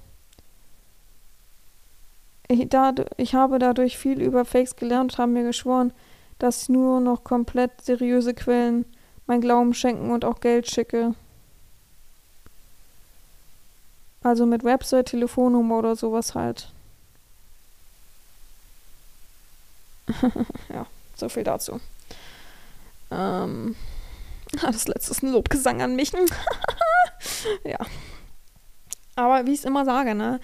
Ich habe dadurch viel über Fakes gelernt und habe mir geschworen, dass ich nur noch komplett seriöse Quellen mein Glauben schenken und auch Geld schicke. Also mit Website, Telefonnummer oder sowas halt. Ja, so viel dazu. Das letzte ist ein Lobgesang an mich. Ja. Aber wie ich es immer sage, ne?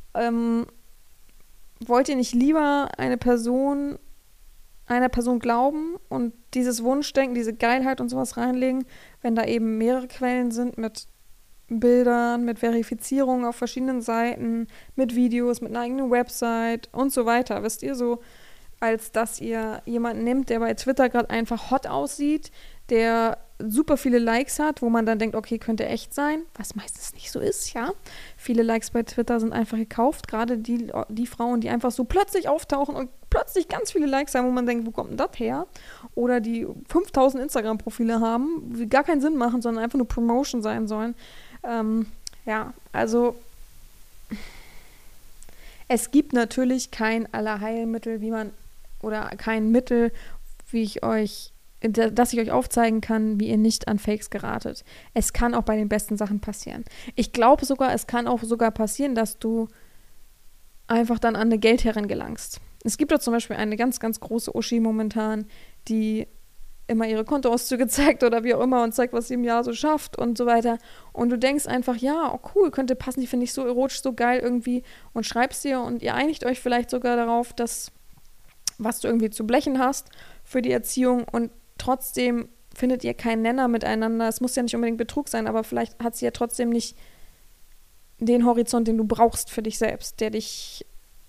Wollt ihr nicht lieber einer Person glauben und dieses Wunschdenken, diese Geilheit und sowas reinlegen, wenn da eben mehrere Quellen sind mit Bildern, mit Verifizierung auf verschiedenen Seiten, mit Videos, mit einer eigenen Website und so weiter, wisst ihr, so, als dass ihr jemanden nehmt, der bei Twitter gerade einfach hot aussieht, der super viele Likes hat, wo man dann denkt, okay, könnte echt sein, was meistens nicht so ist, ja. Viele Likes bei Twitter sind einfach gekauft, gerade die Frauen, die einfach so plötzlich auftauchen und plötzlich ganz viele Likes haben, wo man denkt, wo kommt denn das her? Oder die 5000 Instagram-Profile haben, die gar keinen Sinn machen, sondern einfach nur Promotion sein sollen. Ja, also es gibt natürlich kein Allerheilmittel, oder kein Mittel, dass ich euch aufzeigen kann, wie ihr nicht an Fakes geratet. Es kann auch bei den besten Sachen passieren. Ich glaube sogar, es kann auch sogar passieren, dass du einfach dann an eine Geldherrin gelangst. Es gibt doch zum Beispiel eine ganz, ganz große Uschi momentan, die immer ihre Kontoauszüge zeigt oder wie auch immer und zeigt, was sie im Jahr so schafft und so weiter. Und du denkst einfach, ja, oh cool, könnte passen, die finde ich so erotisch, so geil irgendwie und schreibst dir und ihr einigt euch vielleicht sogar darauf, dass was du irgendwie zu blechen hast für die Erziehung und trotzdem findet ihr keinen Nenner miteinander. Es muss ja nicht unbedingt Betrug sein, aber vielleicht hat sie ja trotzdem nicht den Horizont, den du brauchst für dich selbst, der dich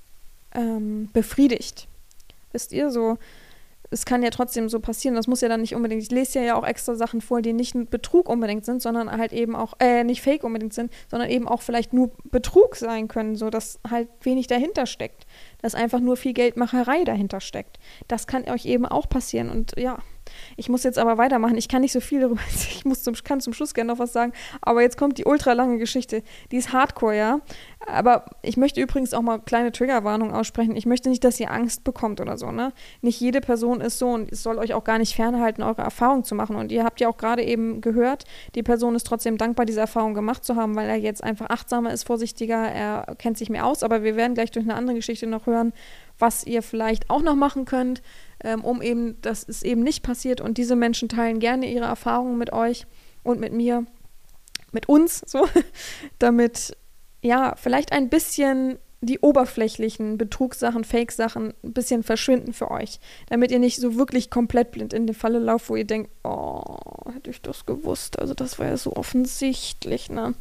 befriedigt. Wisst ihr, so, es kann ja trotzdem so passieren, das muss ja dann nicht unbedingt, ich lese ja auch extra Sachen vor, die nicht Betrug unbedingt sind, sondern halt eben auch, nicht Fake unbedingt sind, sondern eben auch vielleicht nur Betrug sein können, so dass halt wenig dahinter steckt, dass einfach nur viel Geldmacherei dahinter steckt. Das kann euch eben auch passieren und ja, ich muss jetzt aber weitermachen. Ich kann nicht so viel darüber, kann zum Schluss gerne noch was sagen, aber jetzt kommt die ultra lange Geschichte. Die ist hardcore, ja. Aber ich möchte übrigens auch mal kleine Triggerwarnung aussprechen. Ich möchte nicht, dass ihr Angst bekommt oder so, ne? Nicht jede Person ist so und es soll euch auch gar nicht fernhalten, eure Erfahrung zu machen. Und ihr habt ja auch gerade eben gehört, die Person ist trotzdem dankbar, diese Erfahrung gemacht zu haben, weil er jetzt einfach achtsamer ist, vorsichtiger, er kennt sich mehr aus. Aber wir werden gleich durch eine andere Geschichte noch hören, was ihr vielleicht auch noch machen könnt, um eben, dass es eben nicht passiert. Und diese Menschen teilen gerne ihre Erfahrungen mit euch und mit mir, mit uns, so, damit, ja, vielleicht ein bisschen die oberflächlichen Betrugssachen, Fake-Sachen ein bisschen verschwinden für euch, damit ihr nicht so wirklich komplett blind in die Falle lauft, wo ihr denkt, oh, hätte ich das gewusst, also das war ja so offensichtlich, ne?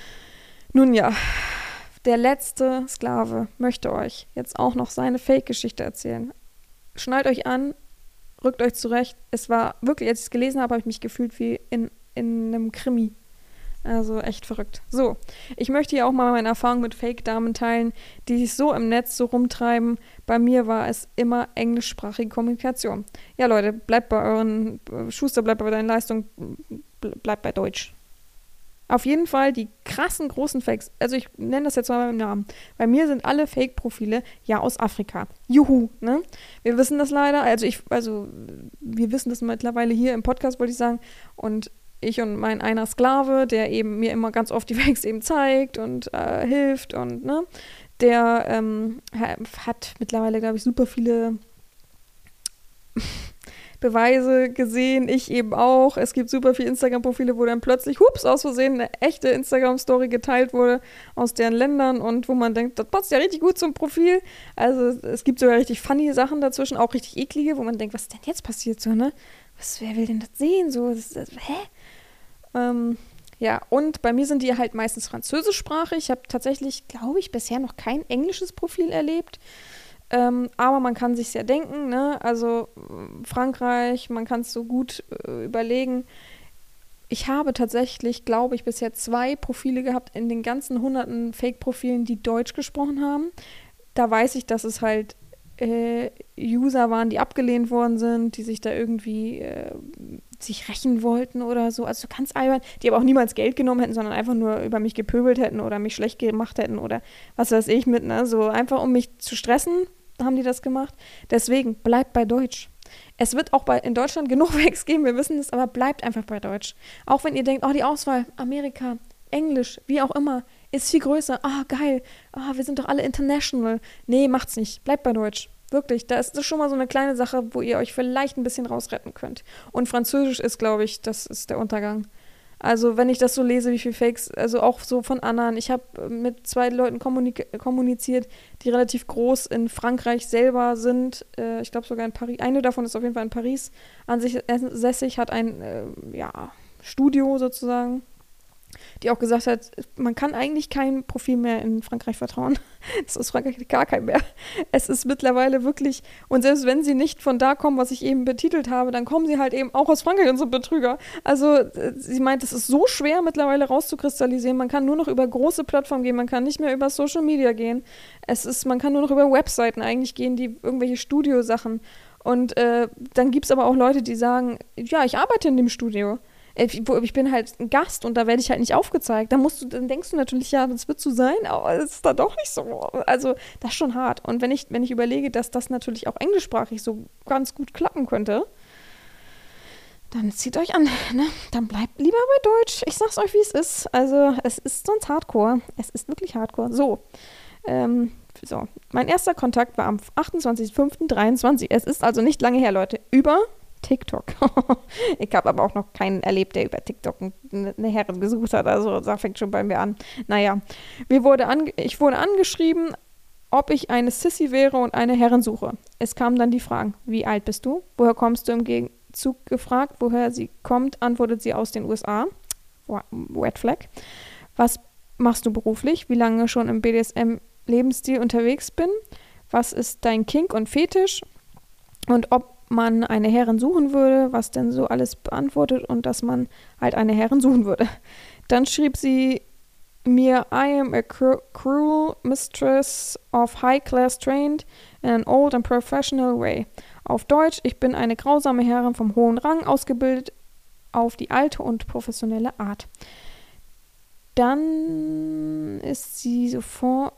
Nun ja, der letzte Sklave möchte euch jetzt auch noch seine Fake-Geschichte erzählen. Schnallt euch an, rückt euch zurecht. Es war wirklich, als ich es gelesen habe, habe ich mich gefühlt wie in einem Krimi. Also echt verrückt. So, ich möchte hier auch mal meine Erfahrung mit Fake-Damen teilen, die sich so im Netz so rumtreiben. Bei mir war es immer englischsprachige Kommunikation. Ja, Leute, bleibt bei euren Schuster, bleibt bei deinen Leistungen, bleibt bei Deutsch. Auf jeden Fall die krassen großen Fakes, also ich nenne das jetzt mal beim Namen. Bei mir sind alle Fake-Profile ja aus Afrika. Juhu, ne? Wir wissen das leider, also wir wissen das mittlerweile hier im Podcast, wollte ich sagen. Und ich und mein einer Sklave, der eben mir immer ganz oft die Fakes eben zeigt und hilft und, ne? Der hat mittlerweile, glaube ich, super viele Beweise gesehen, ich eben auch. Es gibt super viele Instagram-Profile, wo dann plötzlich, aus Versehen eine echte Instagram-Story geteilt wurde aus deren Ländern und wo man denkt, das passt ja richtig gut zum Profil. Also es gibt sogar richtig funny Sachen dazwischen, auch richtig eklige, wo man denkt, was ist denn jetzt passiert so, ne? Wer will denn das sehen? So, hä? Ja, und bei mir sind die halt meistens französischsprachig. Ich habe tatsächlich, glaube ich, bisher noch kein englisches Profil erlebt. Aber man kann sich ja denken, ne? Also Frankreich, man kann es so gut überlegen. Ich habe tatsächlich, glaube ich, bisher 2 Profile gehabt in den ganzen hunderten Fake-Profilen, die Deutsch gesprochen haben. Da weiß ich, dass es halt User waren, die abgelehnt worden sind, die sich da irgendwie sich rächen wollten oder so. Also ganz albern, die aber auch niemals Geld genommen hätten, sondern einfach nur über mich gepöbelt hätten oder mich schlecht gemacht hätten oder was weiß ich mit, ne? So einfach um mich zu stressen, haben die das gemacht. Deswegen, bleibt bei Deutsch. Es wird auch in Deutschland genug Fakes geben, wir wissen es, aber bleibt einfach bei Deutsch. Auch wenn ihr denkt, oh, die Auswahl, Amerika, Englisch, wie auch immer, ist viel größer. Ah, geil. Ah, wir sind doch alle international. Nee, macht's nicht. Bleibt bei Deutsch. Wirklich, da ist das schon mal so eine kleine Sache, wo ihr euch vielleicht ein bisschen rausretten könnt. Und Französisch ist, glaube ich, das ist der Untergang. Also, wenn ich das so lese, wie viele Fakes, also auch so von anderen. Ich habe mit 2 Leuten kommuniziert, die relativ groß in Frankreich selber sind. Ich glaube sogar in Paris. Eine davon ist auf jeden Fall in Paris an sich ansässig, hat ein Studio sozusagen. die auch gesagt hat, man kann eigentlich kein Profil mehr in Frankreich vertrauen. Das ist Frankreich gar kein mehr. Es ist mittlerweile wirklich, und selbst wenn sie nicht von da kommen, was ich eben betitelt habe, dann kommen sie halt eben auch aus Frankreich und sind Betrüger. Also sie meint, es ist so schwer mittlerweile rauszukristallisieren, man kann nur noch über große Plattformen gehen, man kann nicht mehr über Social Media gehen. Man kann nur noch über Webseiten eigentlich gehen, die irgendwelche Studiosachen. Und dann gibt es aber auch Leute, die sagen, ja, ich arbeite in dem Studio. Ich bin halt ein Gast und da werde ich halt nicht aufgezeigt. Dann denkst du natürlich, ja, das wird so sein, aber es ist da doch nicht so. Also, das ist schon hart. Und wenn ich überlege, dass das natürlich auch englischsprachig so ganz gut klappen könnte, dann zieht euch an, ne? Dann bleibt lieber bei Deutsch. Ich sag's euch, wie es ist. Also, es ist sonst Hardcore. Es ist wirklich Hardcore. So, mein erster Kontakt war am 28.05.23. Es ist also nicht lange her, Leute. Über TikTok. Ich habe aber auch noch keinen erlebt, der über TikTok eine Herrin gesucht hat. Also da fängt schon bei mir an. Naja, ich wurde angeschrieben, ob ich eine Sissy wäre und eine Herrin suche. Es kamen dann die Fragen, wie alt bist du? Woher kommst du? Im Gegenzug gefragt, woher sie kommt, antwortet sie aus den USA. Red Flag. Was machst du beruflich? Wie lange schon im BDSM-Lebensstil unterwegs bin? Was ist dein Kink und Fetisch? Und ob man eine Herrin suchen würde, was denn so alles beantwortet und dass man halt eine Herrin suchen würde. Dann schrieb sie mir, I am a cruel mistress of high class trained in an old and professional way. Auf Deutsch, ich bin eine grausame Herrin vom hohen Rang, ausgebildet auf die alte und professionelle Art. Dann ist sie sofort,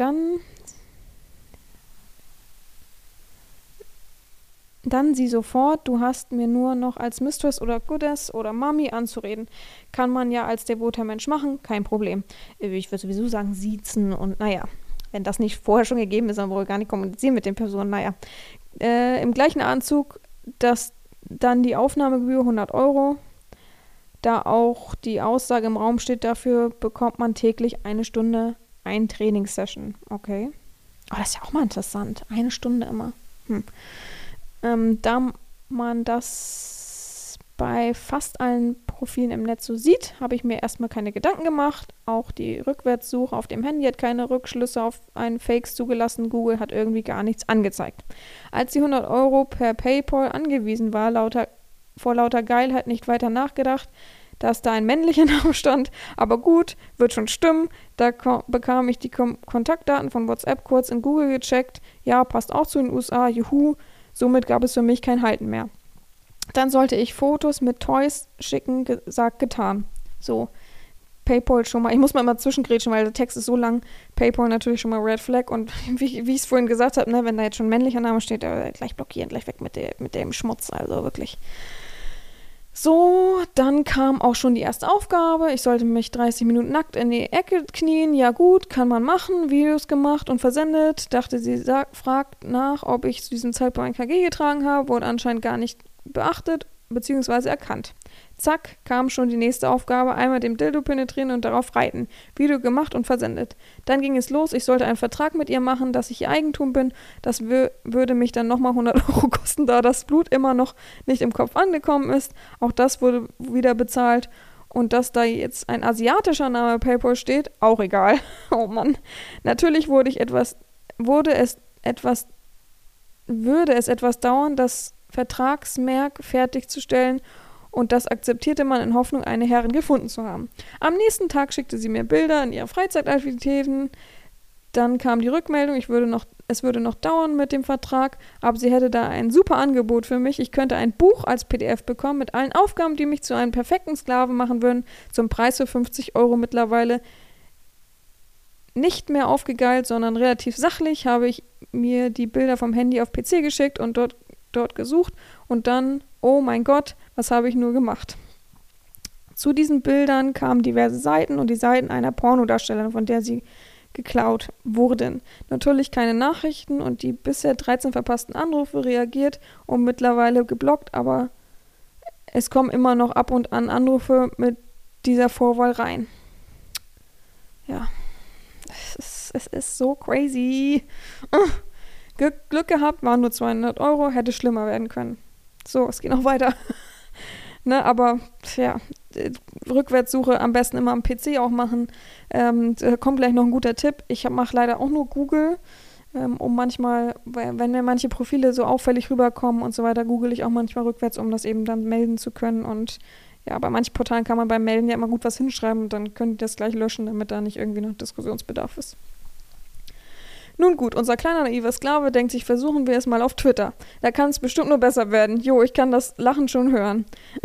Dann sie sofort, du hast mir nur noch als Mistress oder Goddess oder Mami anzureden. Kann man ja als devoter Mensch machen, kein Problem. Ich würde sowieso sagen, siezen und naja, wenn das nicht vorher schon gegeben ist, dann wohl gar nicht kommunizieren mit den Personen, naja. Im gleichen Anzug, dass dann die Aufnahmegebühr 100 €, da auch die Aussage im Raum steht, dafür bekommt man täglich 1 Stunde ein Trainingssession. Okay. Oh, das ist ja auch mal interessant. 1 Stunde immer. Da man das bei fast allen Profilen im Netz so sieht, habe ich mir erstmal keine Gedanken gemacht. Auch die Rückwärtssuche auf dem Handy hat keine Rückschlüsse auf einen Fakes zugelassen. Google hat irgendwie gar nichts angezeigt. Als die 100 € per PayPal angewiesen war, vor lauter Geilheit nicht weiter nachgedacht, dass da ein männlicher Name stand. Aber gut, wird schon stimmen. Da bekam ich die Kontaktdaten von WhatsApp kurz in Google gecheckt. Ja, passt auch zu den USA. Juhu. Somit gab es für mich kein Halten mehr. Dann sollte ich Fotos mit Toys schicken, gesagt, getan. So, PayPal schon mal, ich muss mal immer zwischengrätschen, weil der Text ist so lang. PayPal natürlich schon mal Red Flag und wie ich es vorhin gesagt habe, ne, wenn da jetzt schon ein männlicher Name steht, gleich blockieren, gleich weg mit dem Schmutz, also wirklich. So, dann kam auch schon die erste Aufgabe. Ich sollte mich 30 Minuten nackt in die Ecke knien. Ja gut, kann man machen. Videos gemacht und versendet. Dachte, sie fragt nach, ob ich zu diesem Zeitpunkt ein KG getragen habe. Wurde anscheinend gar nicht beachtet bzw. erkannt. Zack, kam schon die nächste Aufgabe. Einmal dem Dildo penetrieren und darauf reiten. Video gemacht und versendet. Dann ging es los. Ich sollte einen Vertrag mit ihr machen, dass ich ihr Eigentum bin. Das würde mich dann nochmal 100 € kosten, da das Blut immer noch nicht im Kopf angekommen ist. Auch das wurde wieder bezahlt. Und dass da jetzt ein asiatischer Name PayPal steht, auch egal. Oh Mann. Natürlich würde es etwas dauern, das Vertragsmerk fertigzustellen. Und das akzeptierte man in Hoffnung, eine Herrin gefunden zu haben. Am nächsten Tag schickte sie mir Bilder in ihrer Freizeitaktivitäten. Dann kam die Rückmeldung, es würde noch dauern mit dem Vertrag, aber sie hätte da ein super Angebot für mich. Ich könnte ein Buch als PDF bekommen mit allen Aufgaben, die mich zu einem perfekten Sklaven machen würden, zum Preis für 50 € mittlerweile. Nicht mehr aufgegeilt, sondern relativ sachlich habe ich mir die Bilder vom Handy auf PC geschickt und dort gesucht und dann, oh mein Gott, was habe ich nur gemacht? Zu diesen Bildern kamen diverse Seiten und die Seiten einer Pornodarstellerin, von der sie geklaut wurden. Natürlich keine Nachrichten und die bisher 13 verpassten Anrufe reagiert und mittlerweile geblockt, aber es kommen immer noch ab und an Anrufe mit dieser Vorwahl rein. Ja, es ist so crazy. Glück gehabt, waren nur 200 €, hätte schlimmer werden können. So, es geht noch weiter. Ne, aber, ja, Rückwärtssuche am besten immer am PC auch machen. Da kommt gleich noch ein guter Tipp. Ich mache leider auch nur Google, um manchmal, wenn mir manche Profile so auffällig rüberkommen und so weiter, google ich auch manchmal rückwärts, um das eben dann melden zu können. Und ja, bei manchen Portalen kann man beim Melden ja immer gut was hinschreiben und dann könnt ihr das gleich löschen, damit da nicht irgendwie noch Diskussionsbedarf ist. Nun gut, unser kleiner naiver Sklave denkt sich, versuchen wir es mal auf Twitter. Da kann es bestimmt nur besser werden. Jo, ich kann das Lachen schon hören.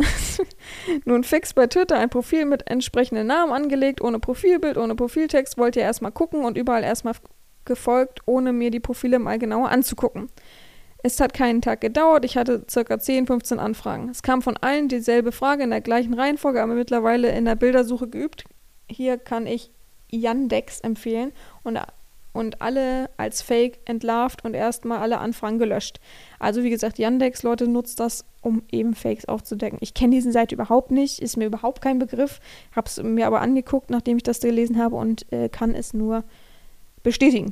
Nun fix bei Twitter ein Profil mit entsprechenden Namen angelegt, ohne Profilbild, ohne Profiltext, wollte ja erstmal gucken und überall erstmal gefolgt, ohne mir die Profile mal genauer anzugucken. Es hat keinen Tag gedauert, ich hatte ca. 10, 15 Anfragen. Es kam von allen dieselbe Frage in der gleichen Reihenfolge, aber mittlerweile in der Bildersuche geübt. Hier kann ich Yandex empfehlen und alle als Fake entlarvt und erstmal alle Anfragen gelöscht. Also wie gesagt, Yandex, Leute, nutzt das, um eben Fakes aufzudecken. Ich kenne diese Seite überhaupt nicht, ist mir überhaupt kein Begriff, habe es mir aber angeguckt, nachdem ich das gelesen habe und kann es nur bestätigen.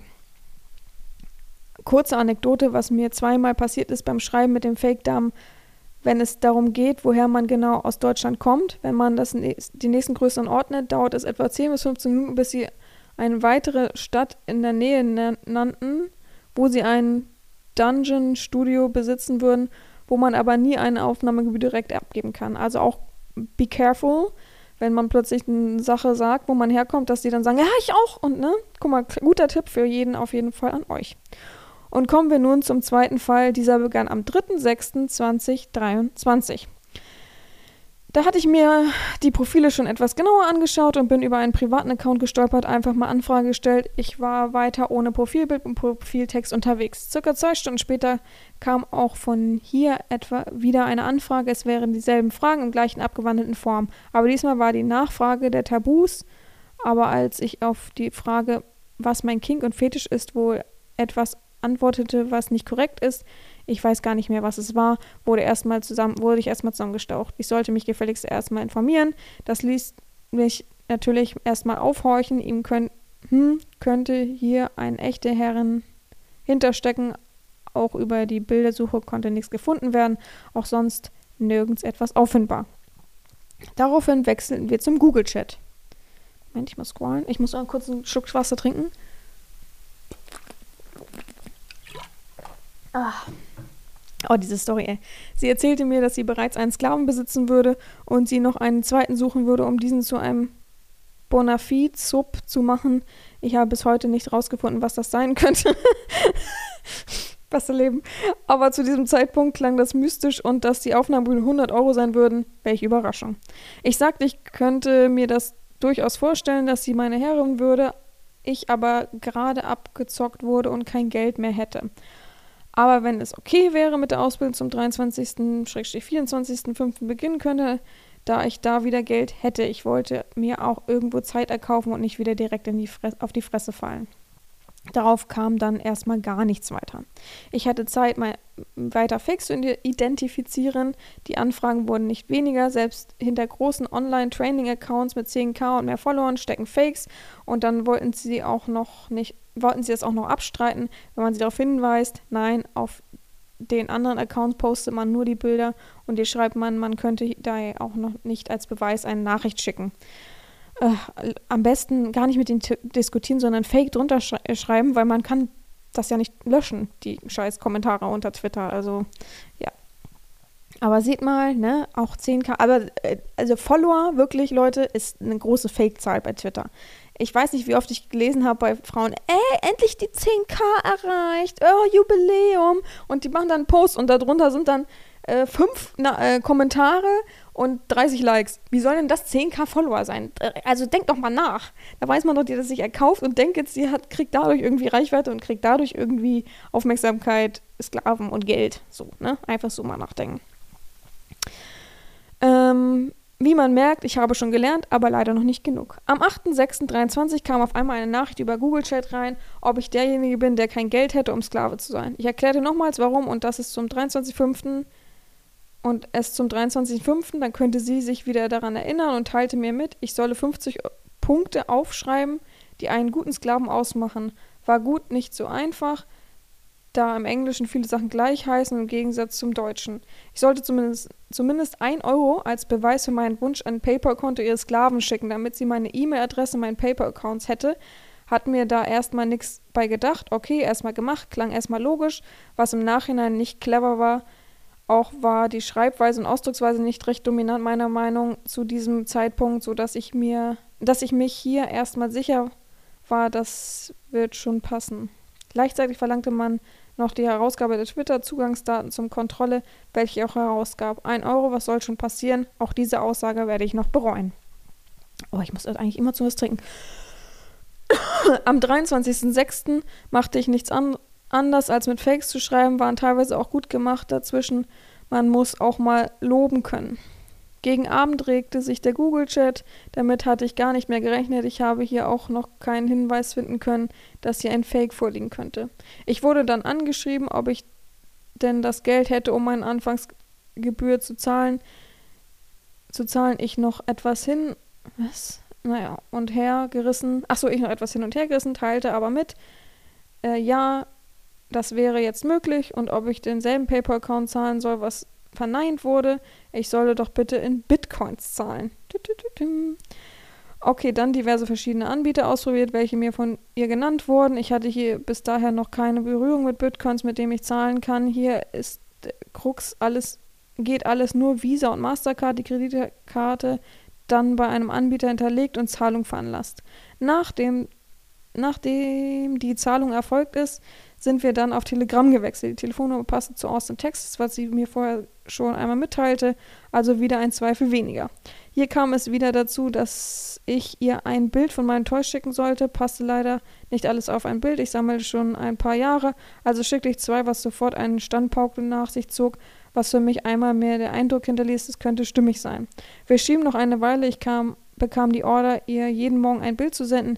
Kurze Anekdote, was mir zweimal passiert ist beim Schreiben mit dem Fake-Damen, wenn es darum geht, woher man genau aus Deutschland kommt. Wenn man die nächsten Größeren ordnet, dauert es etwa 10 bis 15 Minuten, bis sie eine weitere Stadt in der Nähe nannten, wo sie ein Dungeon-Studio besitzen würden, wo man aber nie eine Aufnahmegebühr direkt abgeben kann. Also auch be careful, wenn man plötzlich eine Sache sagt, wo man herkommt, dass die dann sagen, ja, ich auch. Und ne, guck mal, guter Tipp für jeden auf jeden Fall an euch. Und kommen wir nun zum zweiten Fall. Dieser begann am 3.6.2023. Da hatte ich mir die Profile schon etwas genauer angeschaut und bin über einen privaten Account gestolpert, einfach mal Anfrage gestellt. Ich war weiter ohne Profilbild und Profiltext unterwegs. Circa 2 Stunden später kam auch von hier etwa wieder eine Anfrage. Es wären dieselben Fragen im gleichen abgewandelten Form. Aber diesmal war die Nachfrage der Tabus. Aber als ich auf die Frage, was mein Kink und Fetisch ist, wohl etwas antwortete, was nicht korrekt ist, ich weiß gar nicht mehr, was es war, wurde ich erstmal zusammengestaucht. Ich sollte mich gefälligst erstmal informieren. Das ließ mich natürlich erstmal aufhorchen. Ihm könnte hier eine echte Herrin hinterstecken. Auch über die Bildersuche konnte nichts gefunden werden. Auch sonst nirgends etwas auffindbar. Daraufhin wechselten wir zum Google-Chat. Moment, ich muss scrollen. Ich muss mal kurz einen Schluck Wasser trinken. Oh, diese Story, ey. Sie erzählte mir, dass sie bereits einen Sklaven besitzen würde und sie noch einen zweiten suchen würde, um diesen zu einem Bonafide-Sub zu machen. Ich habe bis heute nicht rausgefunden, was das sein könnte. Beste Leben. Aber zu diesem Zeitpunkt klang das mystisch und dass die Aufnahmegebühren 100 € sein würden, welche Überraschung. Ich sagte, ich könnte mir das durchaus vorstellen, dass sie meine Herrin würde, ich aber gerade abgezockt wurde und kein Geld mehr hätte. Aber wenn es okay wäre mit der Ausbildung zum 23./24.05. beginnen könnte, da ich da wieder Geld hätte. Ich wollte mir auch irgendwo Zeit erkaufen und nicht wieder direkt auf die Fresse fallen. Darauf kam dann erstmal gar nichts weiter. Ich hatte Zeit, mal weiter Fakes zu identifizieren. Die Anfragen wurden nicht weniger. Selbst hinter großen Online-Training-Accounts mit 10.000 und mehr Followern stecken Fakes. Und dann wollten sie das auch noch abstreiten, wenn man sie darauf hinweist. Nein, auf den anderen Accounts postet man nur die Bilder und hier schreibt man könnte daher auch noch nicht als Beweis eine Nachricht schicken. Am besten gar nicht mit denen diskutieren, sondern Fake drunter schreiben, weil man kann das ja nicht löschen, die scheiß Kommentare unter Twitter, also ja. Aber seht mal, ne, auch 10.000, aber also Follower, wirklich, Leute, ist eine große Fake-Zahl bei Twitter. Ich weiß nicht, wie oft ich gelesen habe bei Frauen, endlich die 10.000 erreicht, Jubiläum. Und die machen dann einen Post und darunter sind dann 5 Kommentare und 30 Likes. Wie soll denn das 10.000 Follower sein? Also denkt doch mal nach. Da weiß man doch, die das sich erkauft und denkt jetzt, kriegt dadurch irgendwie Reichweite und kriegt dadurch irgendwie Aufmerksamkeit, Sklaven und Geld. So, ne? Einfach so mal nachdenken. Wie man merkt, ich habe schon gelernt, aber leider noch nicht genug. Am 8.6.23 kam auf einmal eine Nachricht über Google Chat rein, ob ich derjenige bin, der kein Geld hätte, um Sklave zu sein. Ich erklärte nochmals, warum und das ist zum 23.05. und es zum 23.05., dann könnte sie sich wieder daran erinnern und teilte mir mit, ich solle 50 Punkte aufschreiben, die einen guten Sklaven ausmachen. War gut, nicht so einfach. da im Englischen viele Sachen gleich heißen im Gegensatz zum Deutschen. Ich sollte zumindest 1 Euro als Beweis für meinen Wunsch an ein PayPal-Konto ihres Sklaven schicken, damit sie meine E-Mail-Adresse, meinen PayPal-Accounts hätte. Hat mir da erstmal nichts bei gedacht. Okay, erstmal gemacht, klang erstmal logisch, was im Nachhinein nicht clever war. Auch war die Schreibweise und Ausdrucksweise nicht recht dominant meiner Meinung zu diesem Zeitpunkt, sodass ich mich hier erstmal sicher war, das wird schon passen. Gleichzeitig verlangte man noch die Herausgabe der Twitter-Zugangsdaten zum Kontrolle, welche ich auch herausgab. 1 Euro, was soll schon passieren? Auch diese Aussage werde ich noch bereuen. Oh, ich muss eigentlich immer zu was trinken. Am 23.06. machte ich nichts anders, als mit Fakes zu schreiben, waren teilweise auch gut gemacht dazwischen. Man muss auch mal loben können. Gegen Abend regte sich der Google-Chat. Damit hatte ich gar nicht mehr gerechnet. Ich habe hier auch noch keinen Hinweis finden können, dass hier ein Fake vorliegen könnte. Ich wurde dann angeschrieben, ob ich denn das Geld hätte, um meine Anfangsgebühr zu zahlen. Ich noch etwas hin... Was? Naja, und hergerissen. Achso, ich noch etwas hin und her gerissen, teilte aber mit. Ja, das wäre jetzt möglich. Und ob ich denselben PayPal-Account zahlen soll, was verneint wurde. Ich solle doch bitte in Bitcoins zahlen. Okay, dann diverse verschiedene Anbieter ausprobiert, welche mir von ihr genannt wurden. Ich hatte hier bis daher noch keine Berührung mit Bitcoins, mit dem ich zahlen kann. Hier ist Krux, geht alles nur Visa und Mastercard, die Kreditkarte dann bei einem Anbieter hinterlegt und Zahlung veranlasst. Nachdem die Zahlung erfolgt ist, sind wir dann auf Telegram gewechselt. Die Telefonnummer passte zu Austin, Texas, was sie mir vorher schon einmal mitteilte, also wieder ein Zweifel weniger. Hier kam es wieder dazu, dass ich ihr ein Bild von meinem Toy schicken sollte, passte leider nicht alles auf ein Bild, ich sammelte schon ein paar Jahre, also schickte ich 2, was sofort einen Standpauke nach sich zog, was für mich einmal mehr der Eindruck hinterließ, es könnte stimmig sein. Wir schrieben noch eine Weile, ich bekam die Order, ihr jeden Morgen ein Bild zu senden,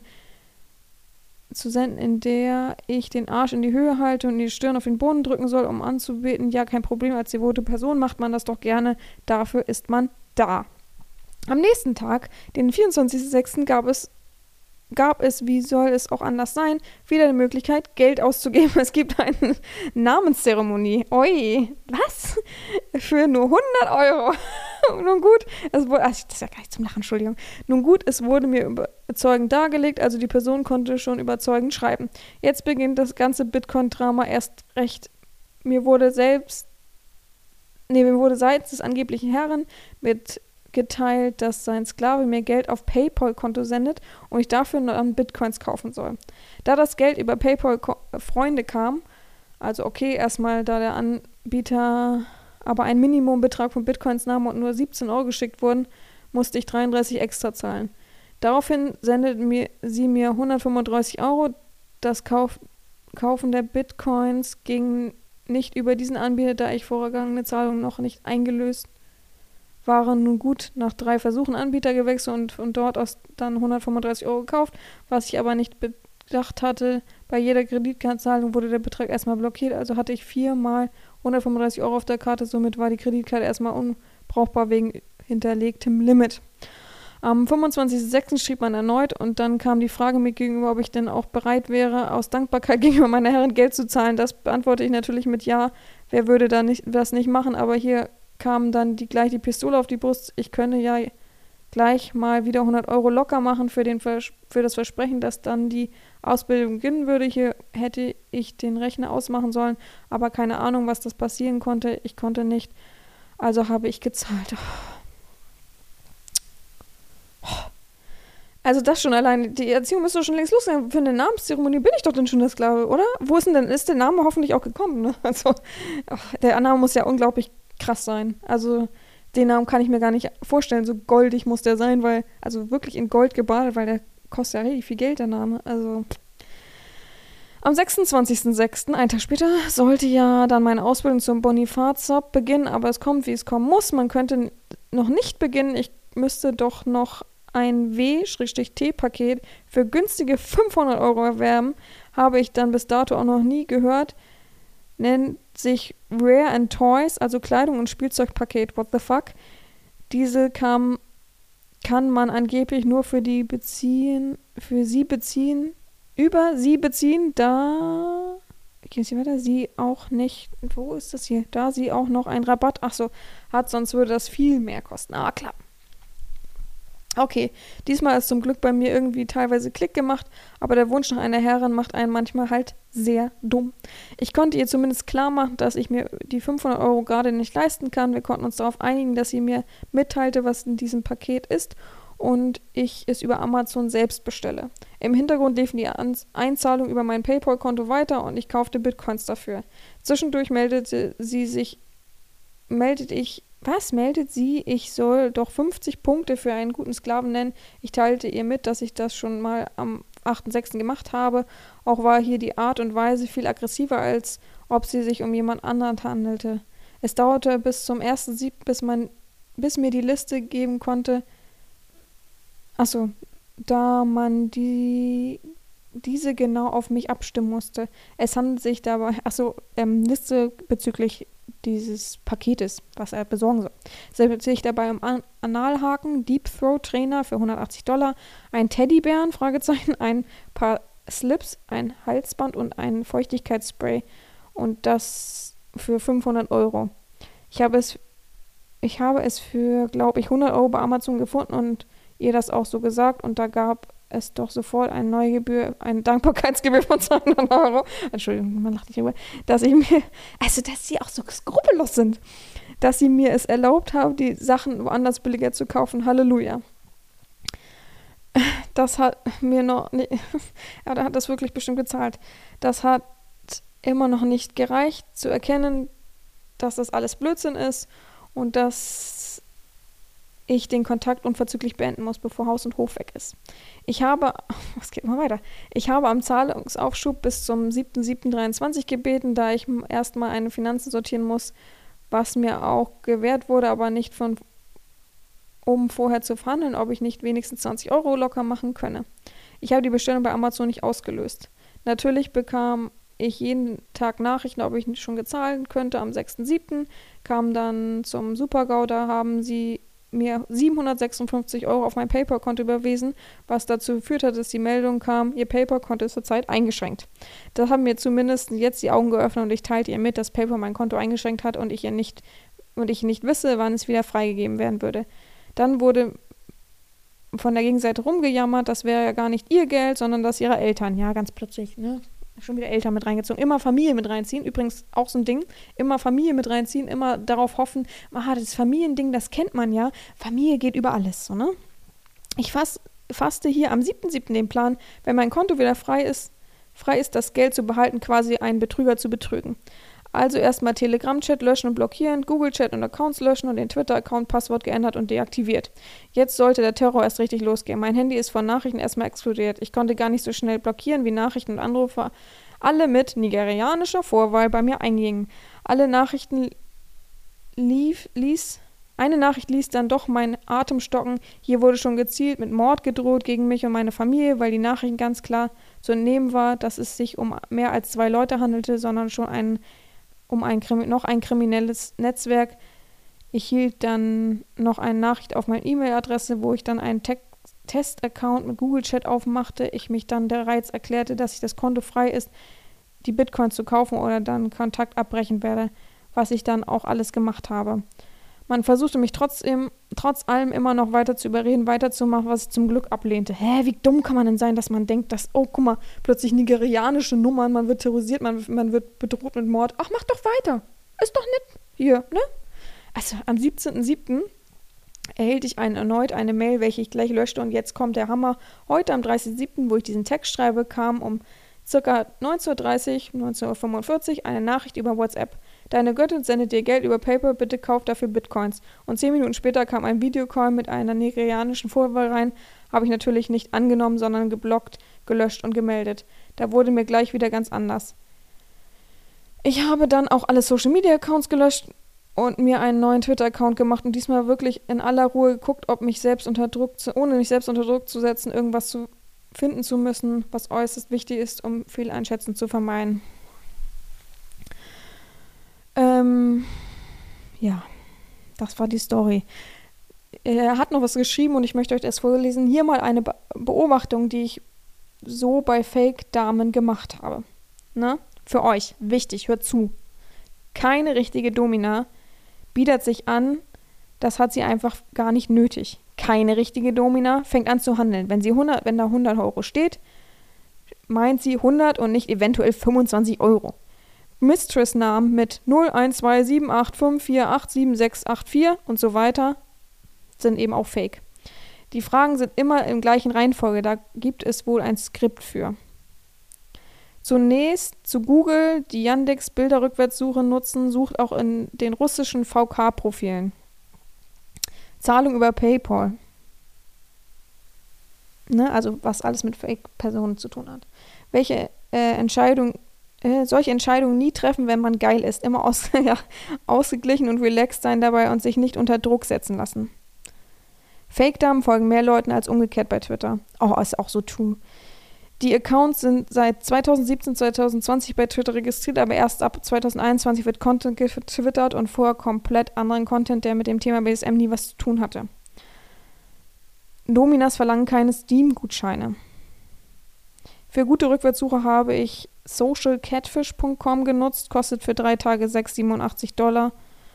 in der ich den Arsch in die Höhe halte und die Stirn auf den Boden drücken soll, um anzubeten. Ja, kein Problem, als devote Person macht man das doch gerne, dafür ist man da. Am nächsten Tag, den 24.06., gab es, wie soll es auch anders sein, wieder die Möglichkeit, Geld auszugeben. Es gibt eine Namenszeremonie. Oi, was? Für nur 100 Euro. Nun gut, das ist ja gar nicht zum Lachen, Entschuldigung. Nun gut, es wurde mir überzeugend dargelegt, also die Person konnte schon überzeugend schreiben. Jetzt beginnt das ganze Bitcoin-Drama erst recht. Mir wurde seitens des angeblichen Herren mitgeteilt, dass sein Sklave mir Geld auf PayPal-Konto sendet und ich dafür dann Bitcoins kaufen soll. Da das Geld über PayPal-Freunde kam, also okay, erstmal da der Anbieter aber ein Minimumbetrag von Bitcoins nahm und nur 17 Euro geschickt wurden, musste ich 33 extra zahlen. Daraufhin sendeten sie mir 135 Euro. Das Kaufen der Bitcoins ging nicht über diesen Anbieter, da ich vorhergehende Zahlungen noch nicht eingelöst waren. Nun gut, nach 3 Versuchen Anbieter gewechselt und von dort aus dann 135 Euro gekauft, was ich aber nicht bedacht hatte. Bei jeder Kreditkartenzahlung wurde der Betrag erstmal blockiert, also hatte ich 4-mal 135 Euro auf der Karte, somit war die Kreditkarte erstmal unbrauchbar wegen hinterlegtem Limit. Am 25.06. schrieb man erneut und dann kam die Frage mir gegenüber, ob ich denn auch bereit wäre, aus Dankbarkeit gegenüber meiner Herrin Geld zu zahlen. Das beantworte ich natürlich mit Ja. Wer würde das nicht machen? Aber hier kam dann gleich die Pistole auf die Brust. Ich könne ja gleich mal wieder 100 Euro locker machen für das Versprechen, dass dann die Ausbildung beginnen würde. Hier hätte ich den Rechner ausmachen sollen, aber keine Ahnung, was das passieren konnte. Ich konnte nicht, also habe ich gezahlt. Also das schon alleine, die Erziehung müsste schon längst losgehen. Für eine Namenszeremonie bin ich doch dann schon der Sklave, oder? Wo ist der Name hoffentlich auch gekommen, ne? Also, der Name muss ja unglaublich krass sein. Also, den Namen kann ich mir gar nicht vorstellen. So goldig muss der sein, also wirklich in Gold gebadet, weil der kostet ja richtig viel Geld, der Name. Also, am 26.06., einen Tag später, sollte ja dann meine Ausbildung zum Bonifazop beginnen, aber es kommt, wie es kommen muss. Man könnte noch nicht beginnen. Ich müsste doch noch ein W/T-Paket für günstige 500 Euro erwerben, habe ich dann bis dato auch noch nie gehört. Nennt sich Rare and Toys, also Kleidung und Spielzeugpaket. What the fuck? Diese kann man angeblich nur über sie beziehen, da Gehen Sie weiter? Sie auch nicht. Wo ist das hier? Da sie auch noch einen Rabatt. Ach so, hat, sonst würde das viel mehr kosten. Ah, klar. Okay, diesmal ist zum Glück bei mir irgendwie teilweise Klick gemacht, aber der Wunsch nach einer Herrin macht einen manchmal halt sehr dumm. Ich konnte ihr zumindest klar machen, dass ich mir die 500 Euro gerade nicht leisten kann. Wir konnten uns darauf einigen, dass sie mir mitteilte, was in diesem Paket ist und ich es über Amazon selbst bestelle. Im Hintergrund liefen die Einzahlungen über mein PayPal-Konto weiter und ich kaufte Bitcoins dafür. Zwischendurch meldet sie, ich soll doch 50 Punkte für einen guten Sklaven nennen. Ich teilte ihr mit, dass ich das schon mal am 8.6. gemacht habe. Auch war hier die Art und Weise viel aggressiver, als ob sie sich um jemand anderen handelte. Es dauerte bis zum 1.7., bis mir die Liste geben konnte. Achso, da man diese genau auf mich abstimmen musste. Es handelt sich dabei, Liste bezüglich dieses Paketes, was er besorgen soll. Es handelt sich dabei um Analhaken, Deep Throat Trainer für $180, ein Teddybären, Fragezeichen, ein paar Slips, ein Halsband und ein Feuchtigkeitsspray und das für 500 Euro. Ich habe es für, glaube ich, 100 Euro bei Amazon gefunden und ihr das auch so gesagt und da gab es doch sofort eine Dankbarkeitsgebühr von 200 Euro. Entschuldigung, man lacht nicht drüber. Dass sie auch so skrupellos sind, dass sie mir es erlaubt haben, die Sachen woanders billiger zu kaufen. Halleluja. Das hat mir noch nicht, ja, da hat das wirklich bestimmt gezahlt. Das hat immer noch nicht gereicht, zu erkennen, dass das alles Blödsinn ist und dass ich den Kontakt unverzüglich beenden muss, bevor Haus und Hof weg ist. Ich habe am Zahlungsaufschub bis zum 7.7.23 gebeten, da ich erstmal eine Finanzen sortieren muss, was mir auch gewährt wurde, aber nicht um vorher zu verhandeln, ob ich nicht wenigstens 20 Euro locker machen könne. Ich habe die Bestellung bei Amazon nicht ausgelöst. Natürlich bekam ich jeden Tag Nachrichten, ob ich schon gezahlt könnte. Am 6.7. kam dann zum Super-GAU, da haben sie mir 756 Euro auf mein PayPal-Konto überwiesen, was dazu geführt hat, dass die Meldung kam, ihr PayPal-Konto ist zurzeit eingeschränkt. Da haben mir zumindest jetzt die Augen geöffnet und ich teilte ihr mit, dass PayPal mein Konto eingeschränkt hat und ich nicht wisse, wann es wieder freigegeben werden würde. Dann wurde von der Gegenseite rumgejammert, das wäre ja gar nicht ihr Geld, sondern das ihrer Eltern. Ja, ganz plötzlich, ne? Schon wieder Eltern mit reingezogen. Immer Familie mit reinziehen. Übrigens auch so ein Ding. Immer Familie mit reinziehen. Immer darauf hoffen, das Familiending, das kennt man ja. Familie geht über alles, so, ne? Ich fasste hier am 7.7. den Plan, wenn mein Konto wieder frei ist, das Geld zu behalten, quasi einen Betrüger zu betrügen. Also erstmal Telegram-Chat löschen und blockieren, Google-Chat und Accounts löschen und den Twitter-Account Passwort geändert und deaktiviert. Jetzt sollte der Terror erst richtig losgehen. Mein Handy ist von Nachrichten erstmal explodiert. Ich konnte gar nicht so schnell blockieren, wie Nachrichten und Anrufe alle mit nigerianischer Vorwahl bei mir eingingen. Eine Nachricht ließ dann doch meinen Atem stocken. Hier wurde schon gezielt mit Mord gedroht gegen mich und meine Familie, weil die Nachrichten ganz klar zu entnehmen war, dass es sich um mehr als 2 Leute handelte, sondern schon um ein kriminelles Netzwerk. Ich hielt dann noch eine Nachricht auf meine E-Mail-Adresse, wo ich dann einen Test-Account mit Google Chat aufmachte. Ich mich dann der Reiz erklärte, dass sich das Konto frei ist, die Bitcoins zu kaufen oder dann Kontakt abbrechen werde, was ich dann auch alles gemacht habe. Man versuchte mich trotz allem immer noch weiter zu überreden, weiterzumachen, was ich zum Glück ablehnte. Wie dumm kann man denn sein, dass man denkt, dass, oh, guck mal, plötzlich nigerianische Nummern, man wird terrorisiert, man wird bedroht mit Mord. Ach, mach doch weiter. Ist doch nett hier, ne? Also am 17.07. erhielt ich erneut eine Mail, welche ich gleich löschte und jetzt kommt der Hammer. Heute am 30.07., wo ich diesen Text schreibe, kam um ca. 19.30 Uhr, 19.45 Uhr eine Nachricht über WhatsApp. Deine Göttin sendet dir Geld über PayPal, bitte kauf dafür Bitcoins. Und 10 Minuten später kam ein Videocall mit einer nigerianischen Vorwahl rein. Habe ich natürlich nicht angenommen, sondern geblockt, gelöscht und gemeldet. Da wurde mir gleich wieder ganz anders. Ich habe dann auch alle Social-Media-Accounts gelöscht und mir einen neuen Twitter-Account gemacht und diesmal wirklich in aller Ruhe geguckt, ohne mich selbst unter Druck zu setzen, irgendwas zu finden zu müssen, was äußerst wichtig ist, um Fehleinschätzen zu vermeiden. Ja, das war die Story. Er hat noch was geschrieben und ich möchte euch das vorlesen. Hier mal eine Beobachtung, die ich so bei Fake-Damen gemacht habe. Ne? Für euch, wichtig, hört zu. Keine richtige Domina bietet sich an, das hat sie einfach gar nicht nötig. Keine richtige Domina fängt an zu handeln. Wenn da 100 Euro steht, meint sie 100 und nicht eventuell 25 Euro. Mistress-Namen mit 01278554878684 und so weiter sind eben auch fake. Die Fragen sind immer in gleichen Reihenfolge, da gibt es wohl ein Skript für. Zunächst zu Google die Yandex Bilderrückwärtssuche nutzen, sucht auch in den russischen VK-Profilen. Zahlung über PayPal. Ne, also was alles mit Fake-Personen zu tun hat. Solche Entscheidungen nie treffen, wenn man geil ist. Immer ausgeglichen und relaxed sein dabei und sich nicht unter Druck setzen lassen. Fake-Damen folgen mehr Leuten als umgekehrt bei Twitter. Oh, ist auch so true. Die Accounts sind seit 2017, 2020 bei Twitter registriert, aber erst ab 2021 wird Content getwittert und vorher komplett anderen Content, der mit dem Thema BDSM nie was zu tun hatte. Dominas verlangen keine Steam-Gutscheine. Für gute Rückwärtssuche habe ich socialcatfish.com genutzt, kostet für 3 Tage $6,87.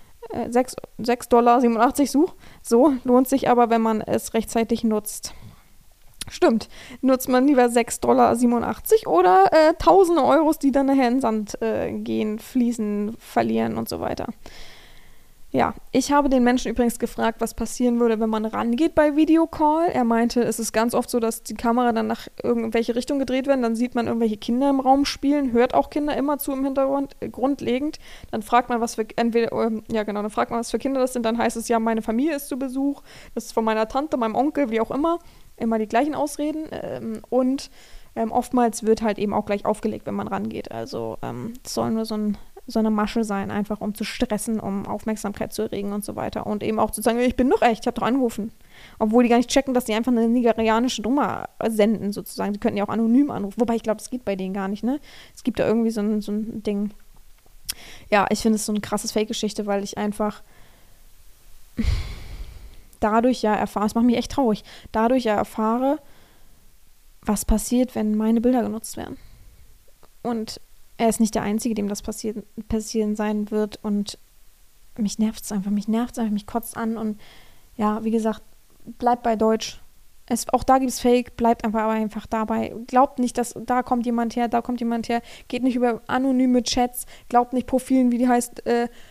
$6,87 so, lohnt sich aber, wenn man es rechtzeitig nutzt. Stimmt, nutzt man lieber $6,87 oder tausende Euros, die dann nachher in den Sand gehen, fließen, verlieren und so weiter. Ja, ich habe den Menschen übrigens gefragt, was passieren würde, wenn man rangeht bei Videocall. Er meinte, es ist ganz oft so, dass die Kamera dann nach irgendwelche Richtung gedreht wird, dann sieht man irgendwelche Kinder im Raum spielen, hört auch Kinder immer zu im Hintergrund, grundlegend. Dann fragt man, was für dann fragt man, was für Kinder das sind, dann heißt es, ja, meine Familie ist zu Besuch, das ist von meiner Tante, meinem Onkel, wie auch immer. Immer die gleichen Ausreden und oftmals wird halt eben auch gleich aufgelegt, wenn man rangeht. Also es soll nur so eine Masche sein, einfach um zu stressen, um Aufmerksamkeit zu erregen und so weiter. Und eben auch zu sagen, ich bin doch echt, ich habe doch angerufen. Obwohl die gar nicht checken, dass die einfach eine nigerianische Nummer senden sozusagen. Die könnten ja auch anonym anrufen. Wobei ich glaube, das geht bei denen gar nicht, ne? Es gibt da irgendwie so ein Ding. Ja, ich finde es so eine krasse Fake-Geschichte, weil ich einfach dadurch ja erfahre, es macht mich echt traurig, dadurch ja erfahre, was passiert, wenn meine Bilder genutzt werden. Und er ist nicht der Einzige, dem das passieren sein wird und mich nervt es einfach, mich kotzt an und ja, wie gesagt, bleibt bei Deutsch. Auch da gibt es Fake, bleibt einfach dabei. Glaubt nicht, dass da kommt jemand her, geht nicht über anonyme Chats, glaubt nicht Profilen, wie die heißt,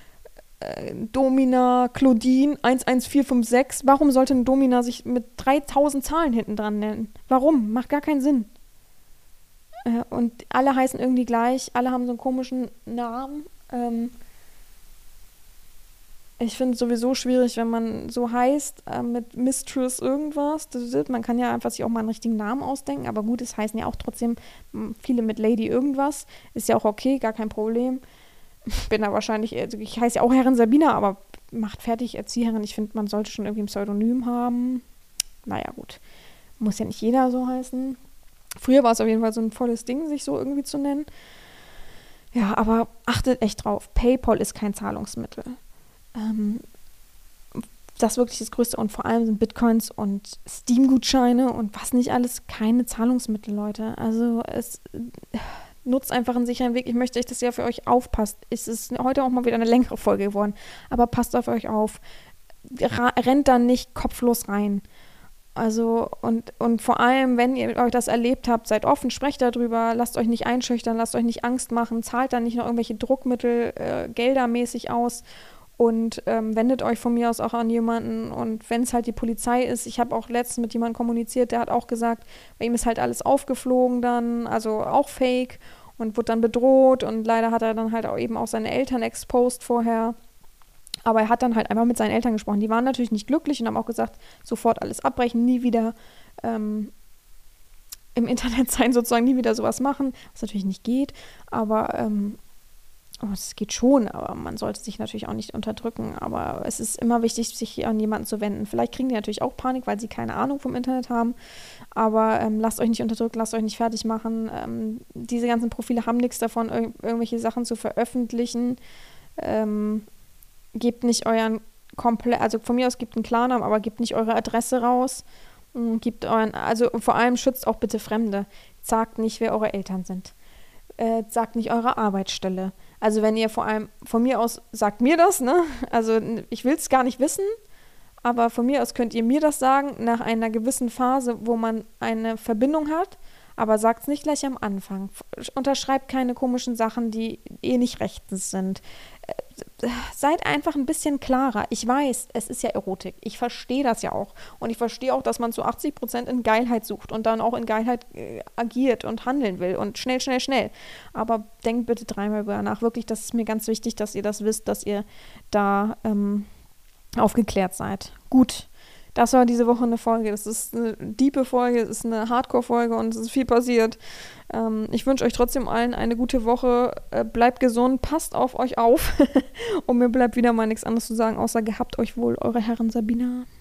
Domina Claudine 11456. Warum sollte eine Domina sich mit 3000 Zahlen hinten dran nennen? Warum? Macht gar keinen Sinn. Und alle heißen irgendwie gleich, alle haben so einen komischen Namen. Ich finde es sowieso schwierig, wenn man so heißt, mit Mistress irgendwas. Man kann ja einfach sich auch mal einen richtigen Namen ausdenken, aber gut, es heißen ja auch trotzdem viele mit Lady irgendwas. Ist ja auch okay, gar kein Problem. Bin da wahrscheinlich, ich heiße ja auch Herrin Sabina, aber macht fertig Erzieherin. Ich finde, man sollte schon irgendwie ein Pseudonym haben. Naja, gut. Muss ja nicht jeder so heißen. Früher war es auf jeden Fall so ein volles Ding, sich so irgendwie zu nennen. Ja, aber achtet echt drauf. PayPal ist kein Zahlungsmittel. Das ist wirklich das Größte. Und vor allem sind Bitcoins und Steam-Gutscheine und was nicht alles keine Zahlungsmittel, Leute. Also es nutzt einfach einen sicheren Weg. Ich möchte echt, dass ihr für euch aufpasst. Es ist heute auch mal wieder eine längere Folge geworden. Aber passt auf euch auf. Rennt da nicht kopflos rein. Also und vor allem, wenn ihr euch das erlebt habt, seid offen, sprecht darüber, lasst euch nicht einschüchtern, lasst euch nicht Angst machen, zahlt dann nicht noch irgendwelche Druckmittel geldermäßig aus und wendet euch von mir aus auch an jemanden. Und wenn es halt die Polizei ist, ich habe auch letztens mit jemandem kommuniziert, der hat auch gesagt, bei ihm ist halt alles aufgeflogen dann, also auch fake und wurde dann bedroht und leider hat er dann halt auch eben auch seine Eltern exposed vorher. Aber er hat dann halt einfach mit seinen Eltern gesprochen. Die waren natürlich nicht glücklich und haben auch gesagt, sofort alles abbrechen, nie wieder im Internet sein, sozusagen nie wieder sowas machen, was natürlich nicht geht, aber es geht schon, aber man sollte sich natürlich auch nicht unterdrücken, aber es ist immer wichtig, sich an jemanden zu wenden. Vielleicht kriegen die natürlich auch Panik, weil sie keine Ahnung vom Internet haben, aber lasst euch nicht unterdrücken, lasst euch nicht fertig machen. Diese ganzen Profile haben nichts davon, irgendwelche Sachen zu veröffentlichen. Gebt nicht euren also von mir aus gebt einen Klarnamen, aber gebt nicht eure Adresse raus. Also vor allem schützt auch bitte Fremde. Sagt nicht, wer eure Eltern sind. sagt nicht eure Arbeitsstelle. Also wenn ihr vor allem, von mir aus, sagt mir das, ne? Also ich will es gar nicht wissen, aber von mir aus könnt ihr mir das sagen, nach einer gewissen Phase, wo man eine Verbindung hat, aber sagt es nicht gleich am Anfang. Unterschreibt keine komischen Sachen, die eh nicht rechtens sind. Seid einfach ein bisschen klarer. Ich weiß, es ist ja Erotik. Ich verstehe das ja auch. Und ich verstehe auch, dass man zu 80% in Geilheit sucht und dann auch in Geilheit agiert und handeln will und schnell, schnell, schnell. Aber denkt bitte dreimal drüber nach. Wirklich, das ist mir ganz wichtig, dass ihr das wisst, dass ihr da aufgeklärt seid. Gut. Das war diese Woche eine Folge. Das ist eine diepe Folge, es ist eine Hardcore-Folge und es ist viel passiert. Ich wünsche euch trotzdem allen eine gute Woche. Bleibt gesund, passt auf euch auf. Und mir bleibt wieder mal nichts anderes zu sagen, außer gehabt euch wohl, eure Herren Sabina.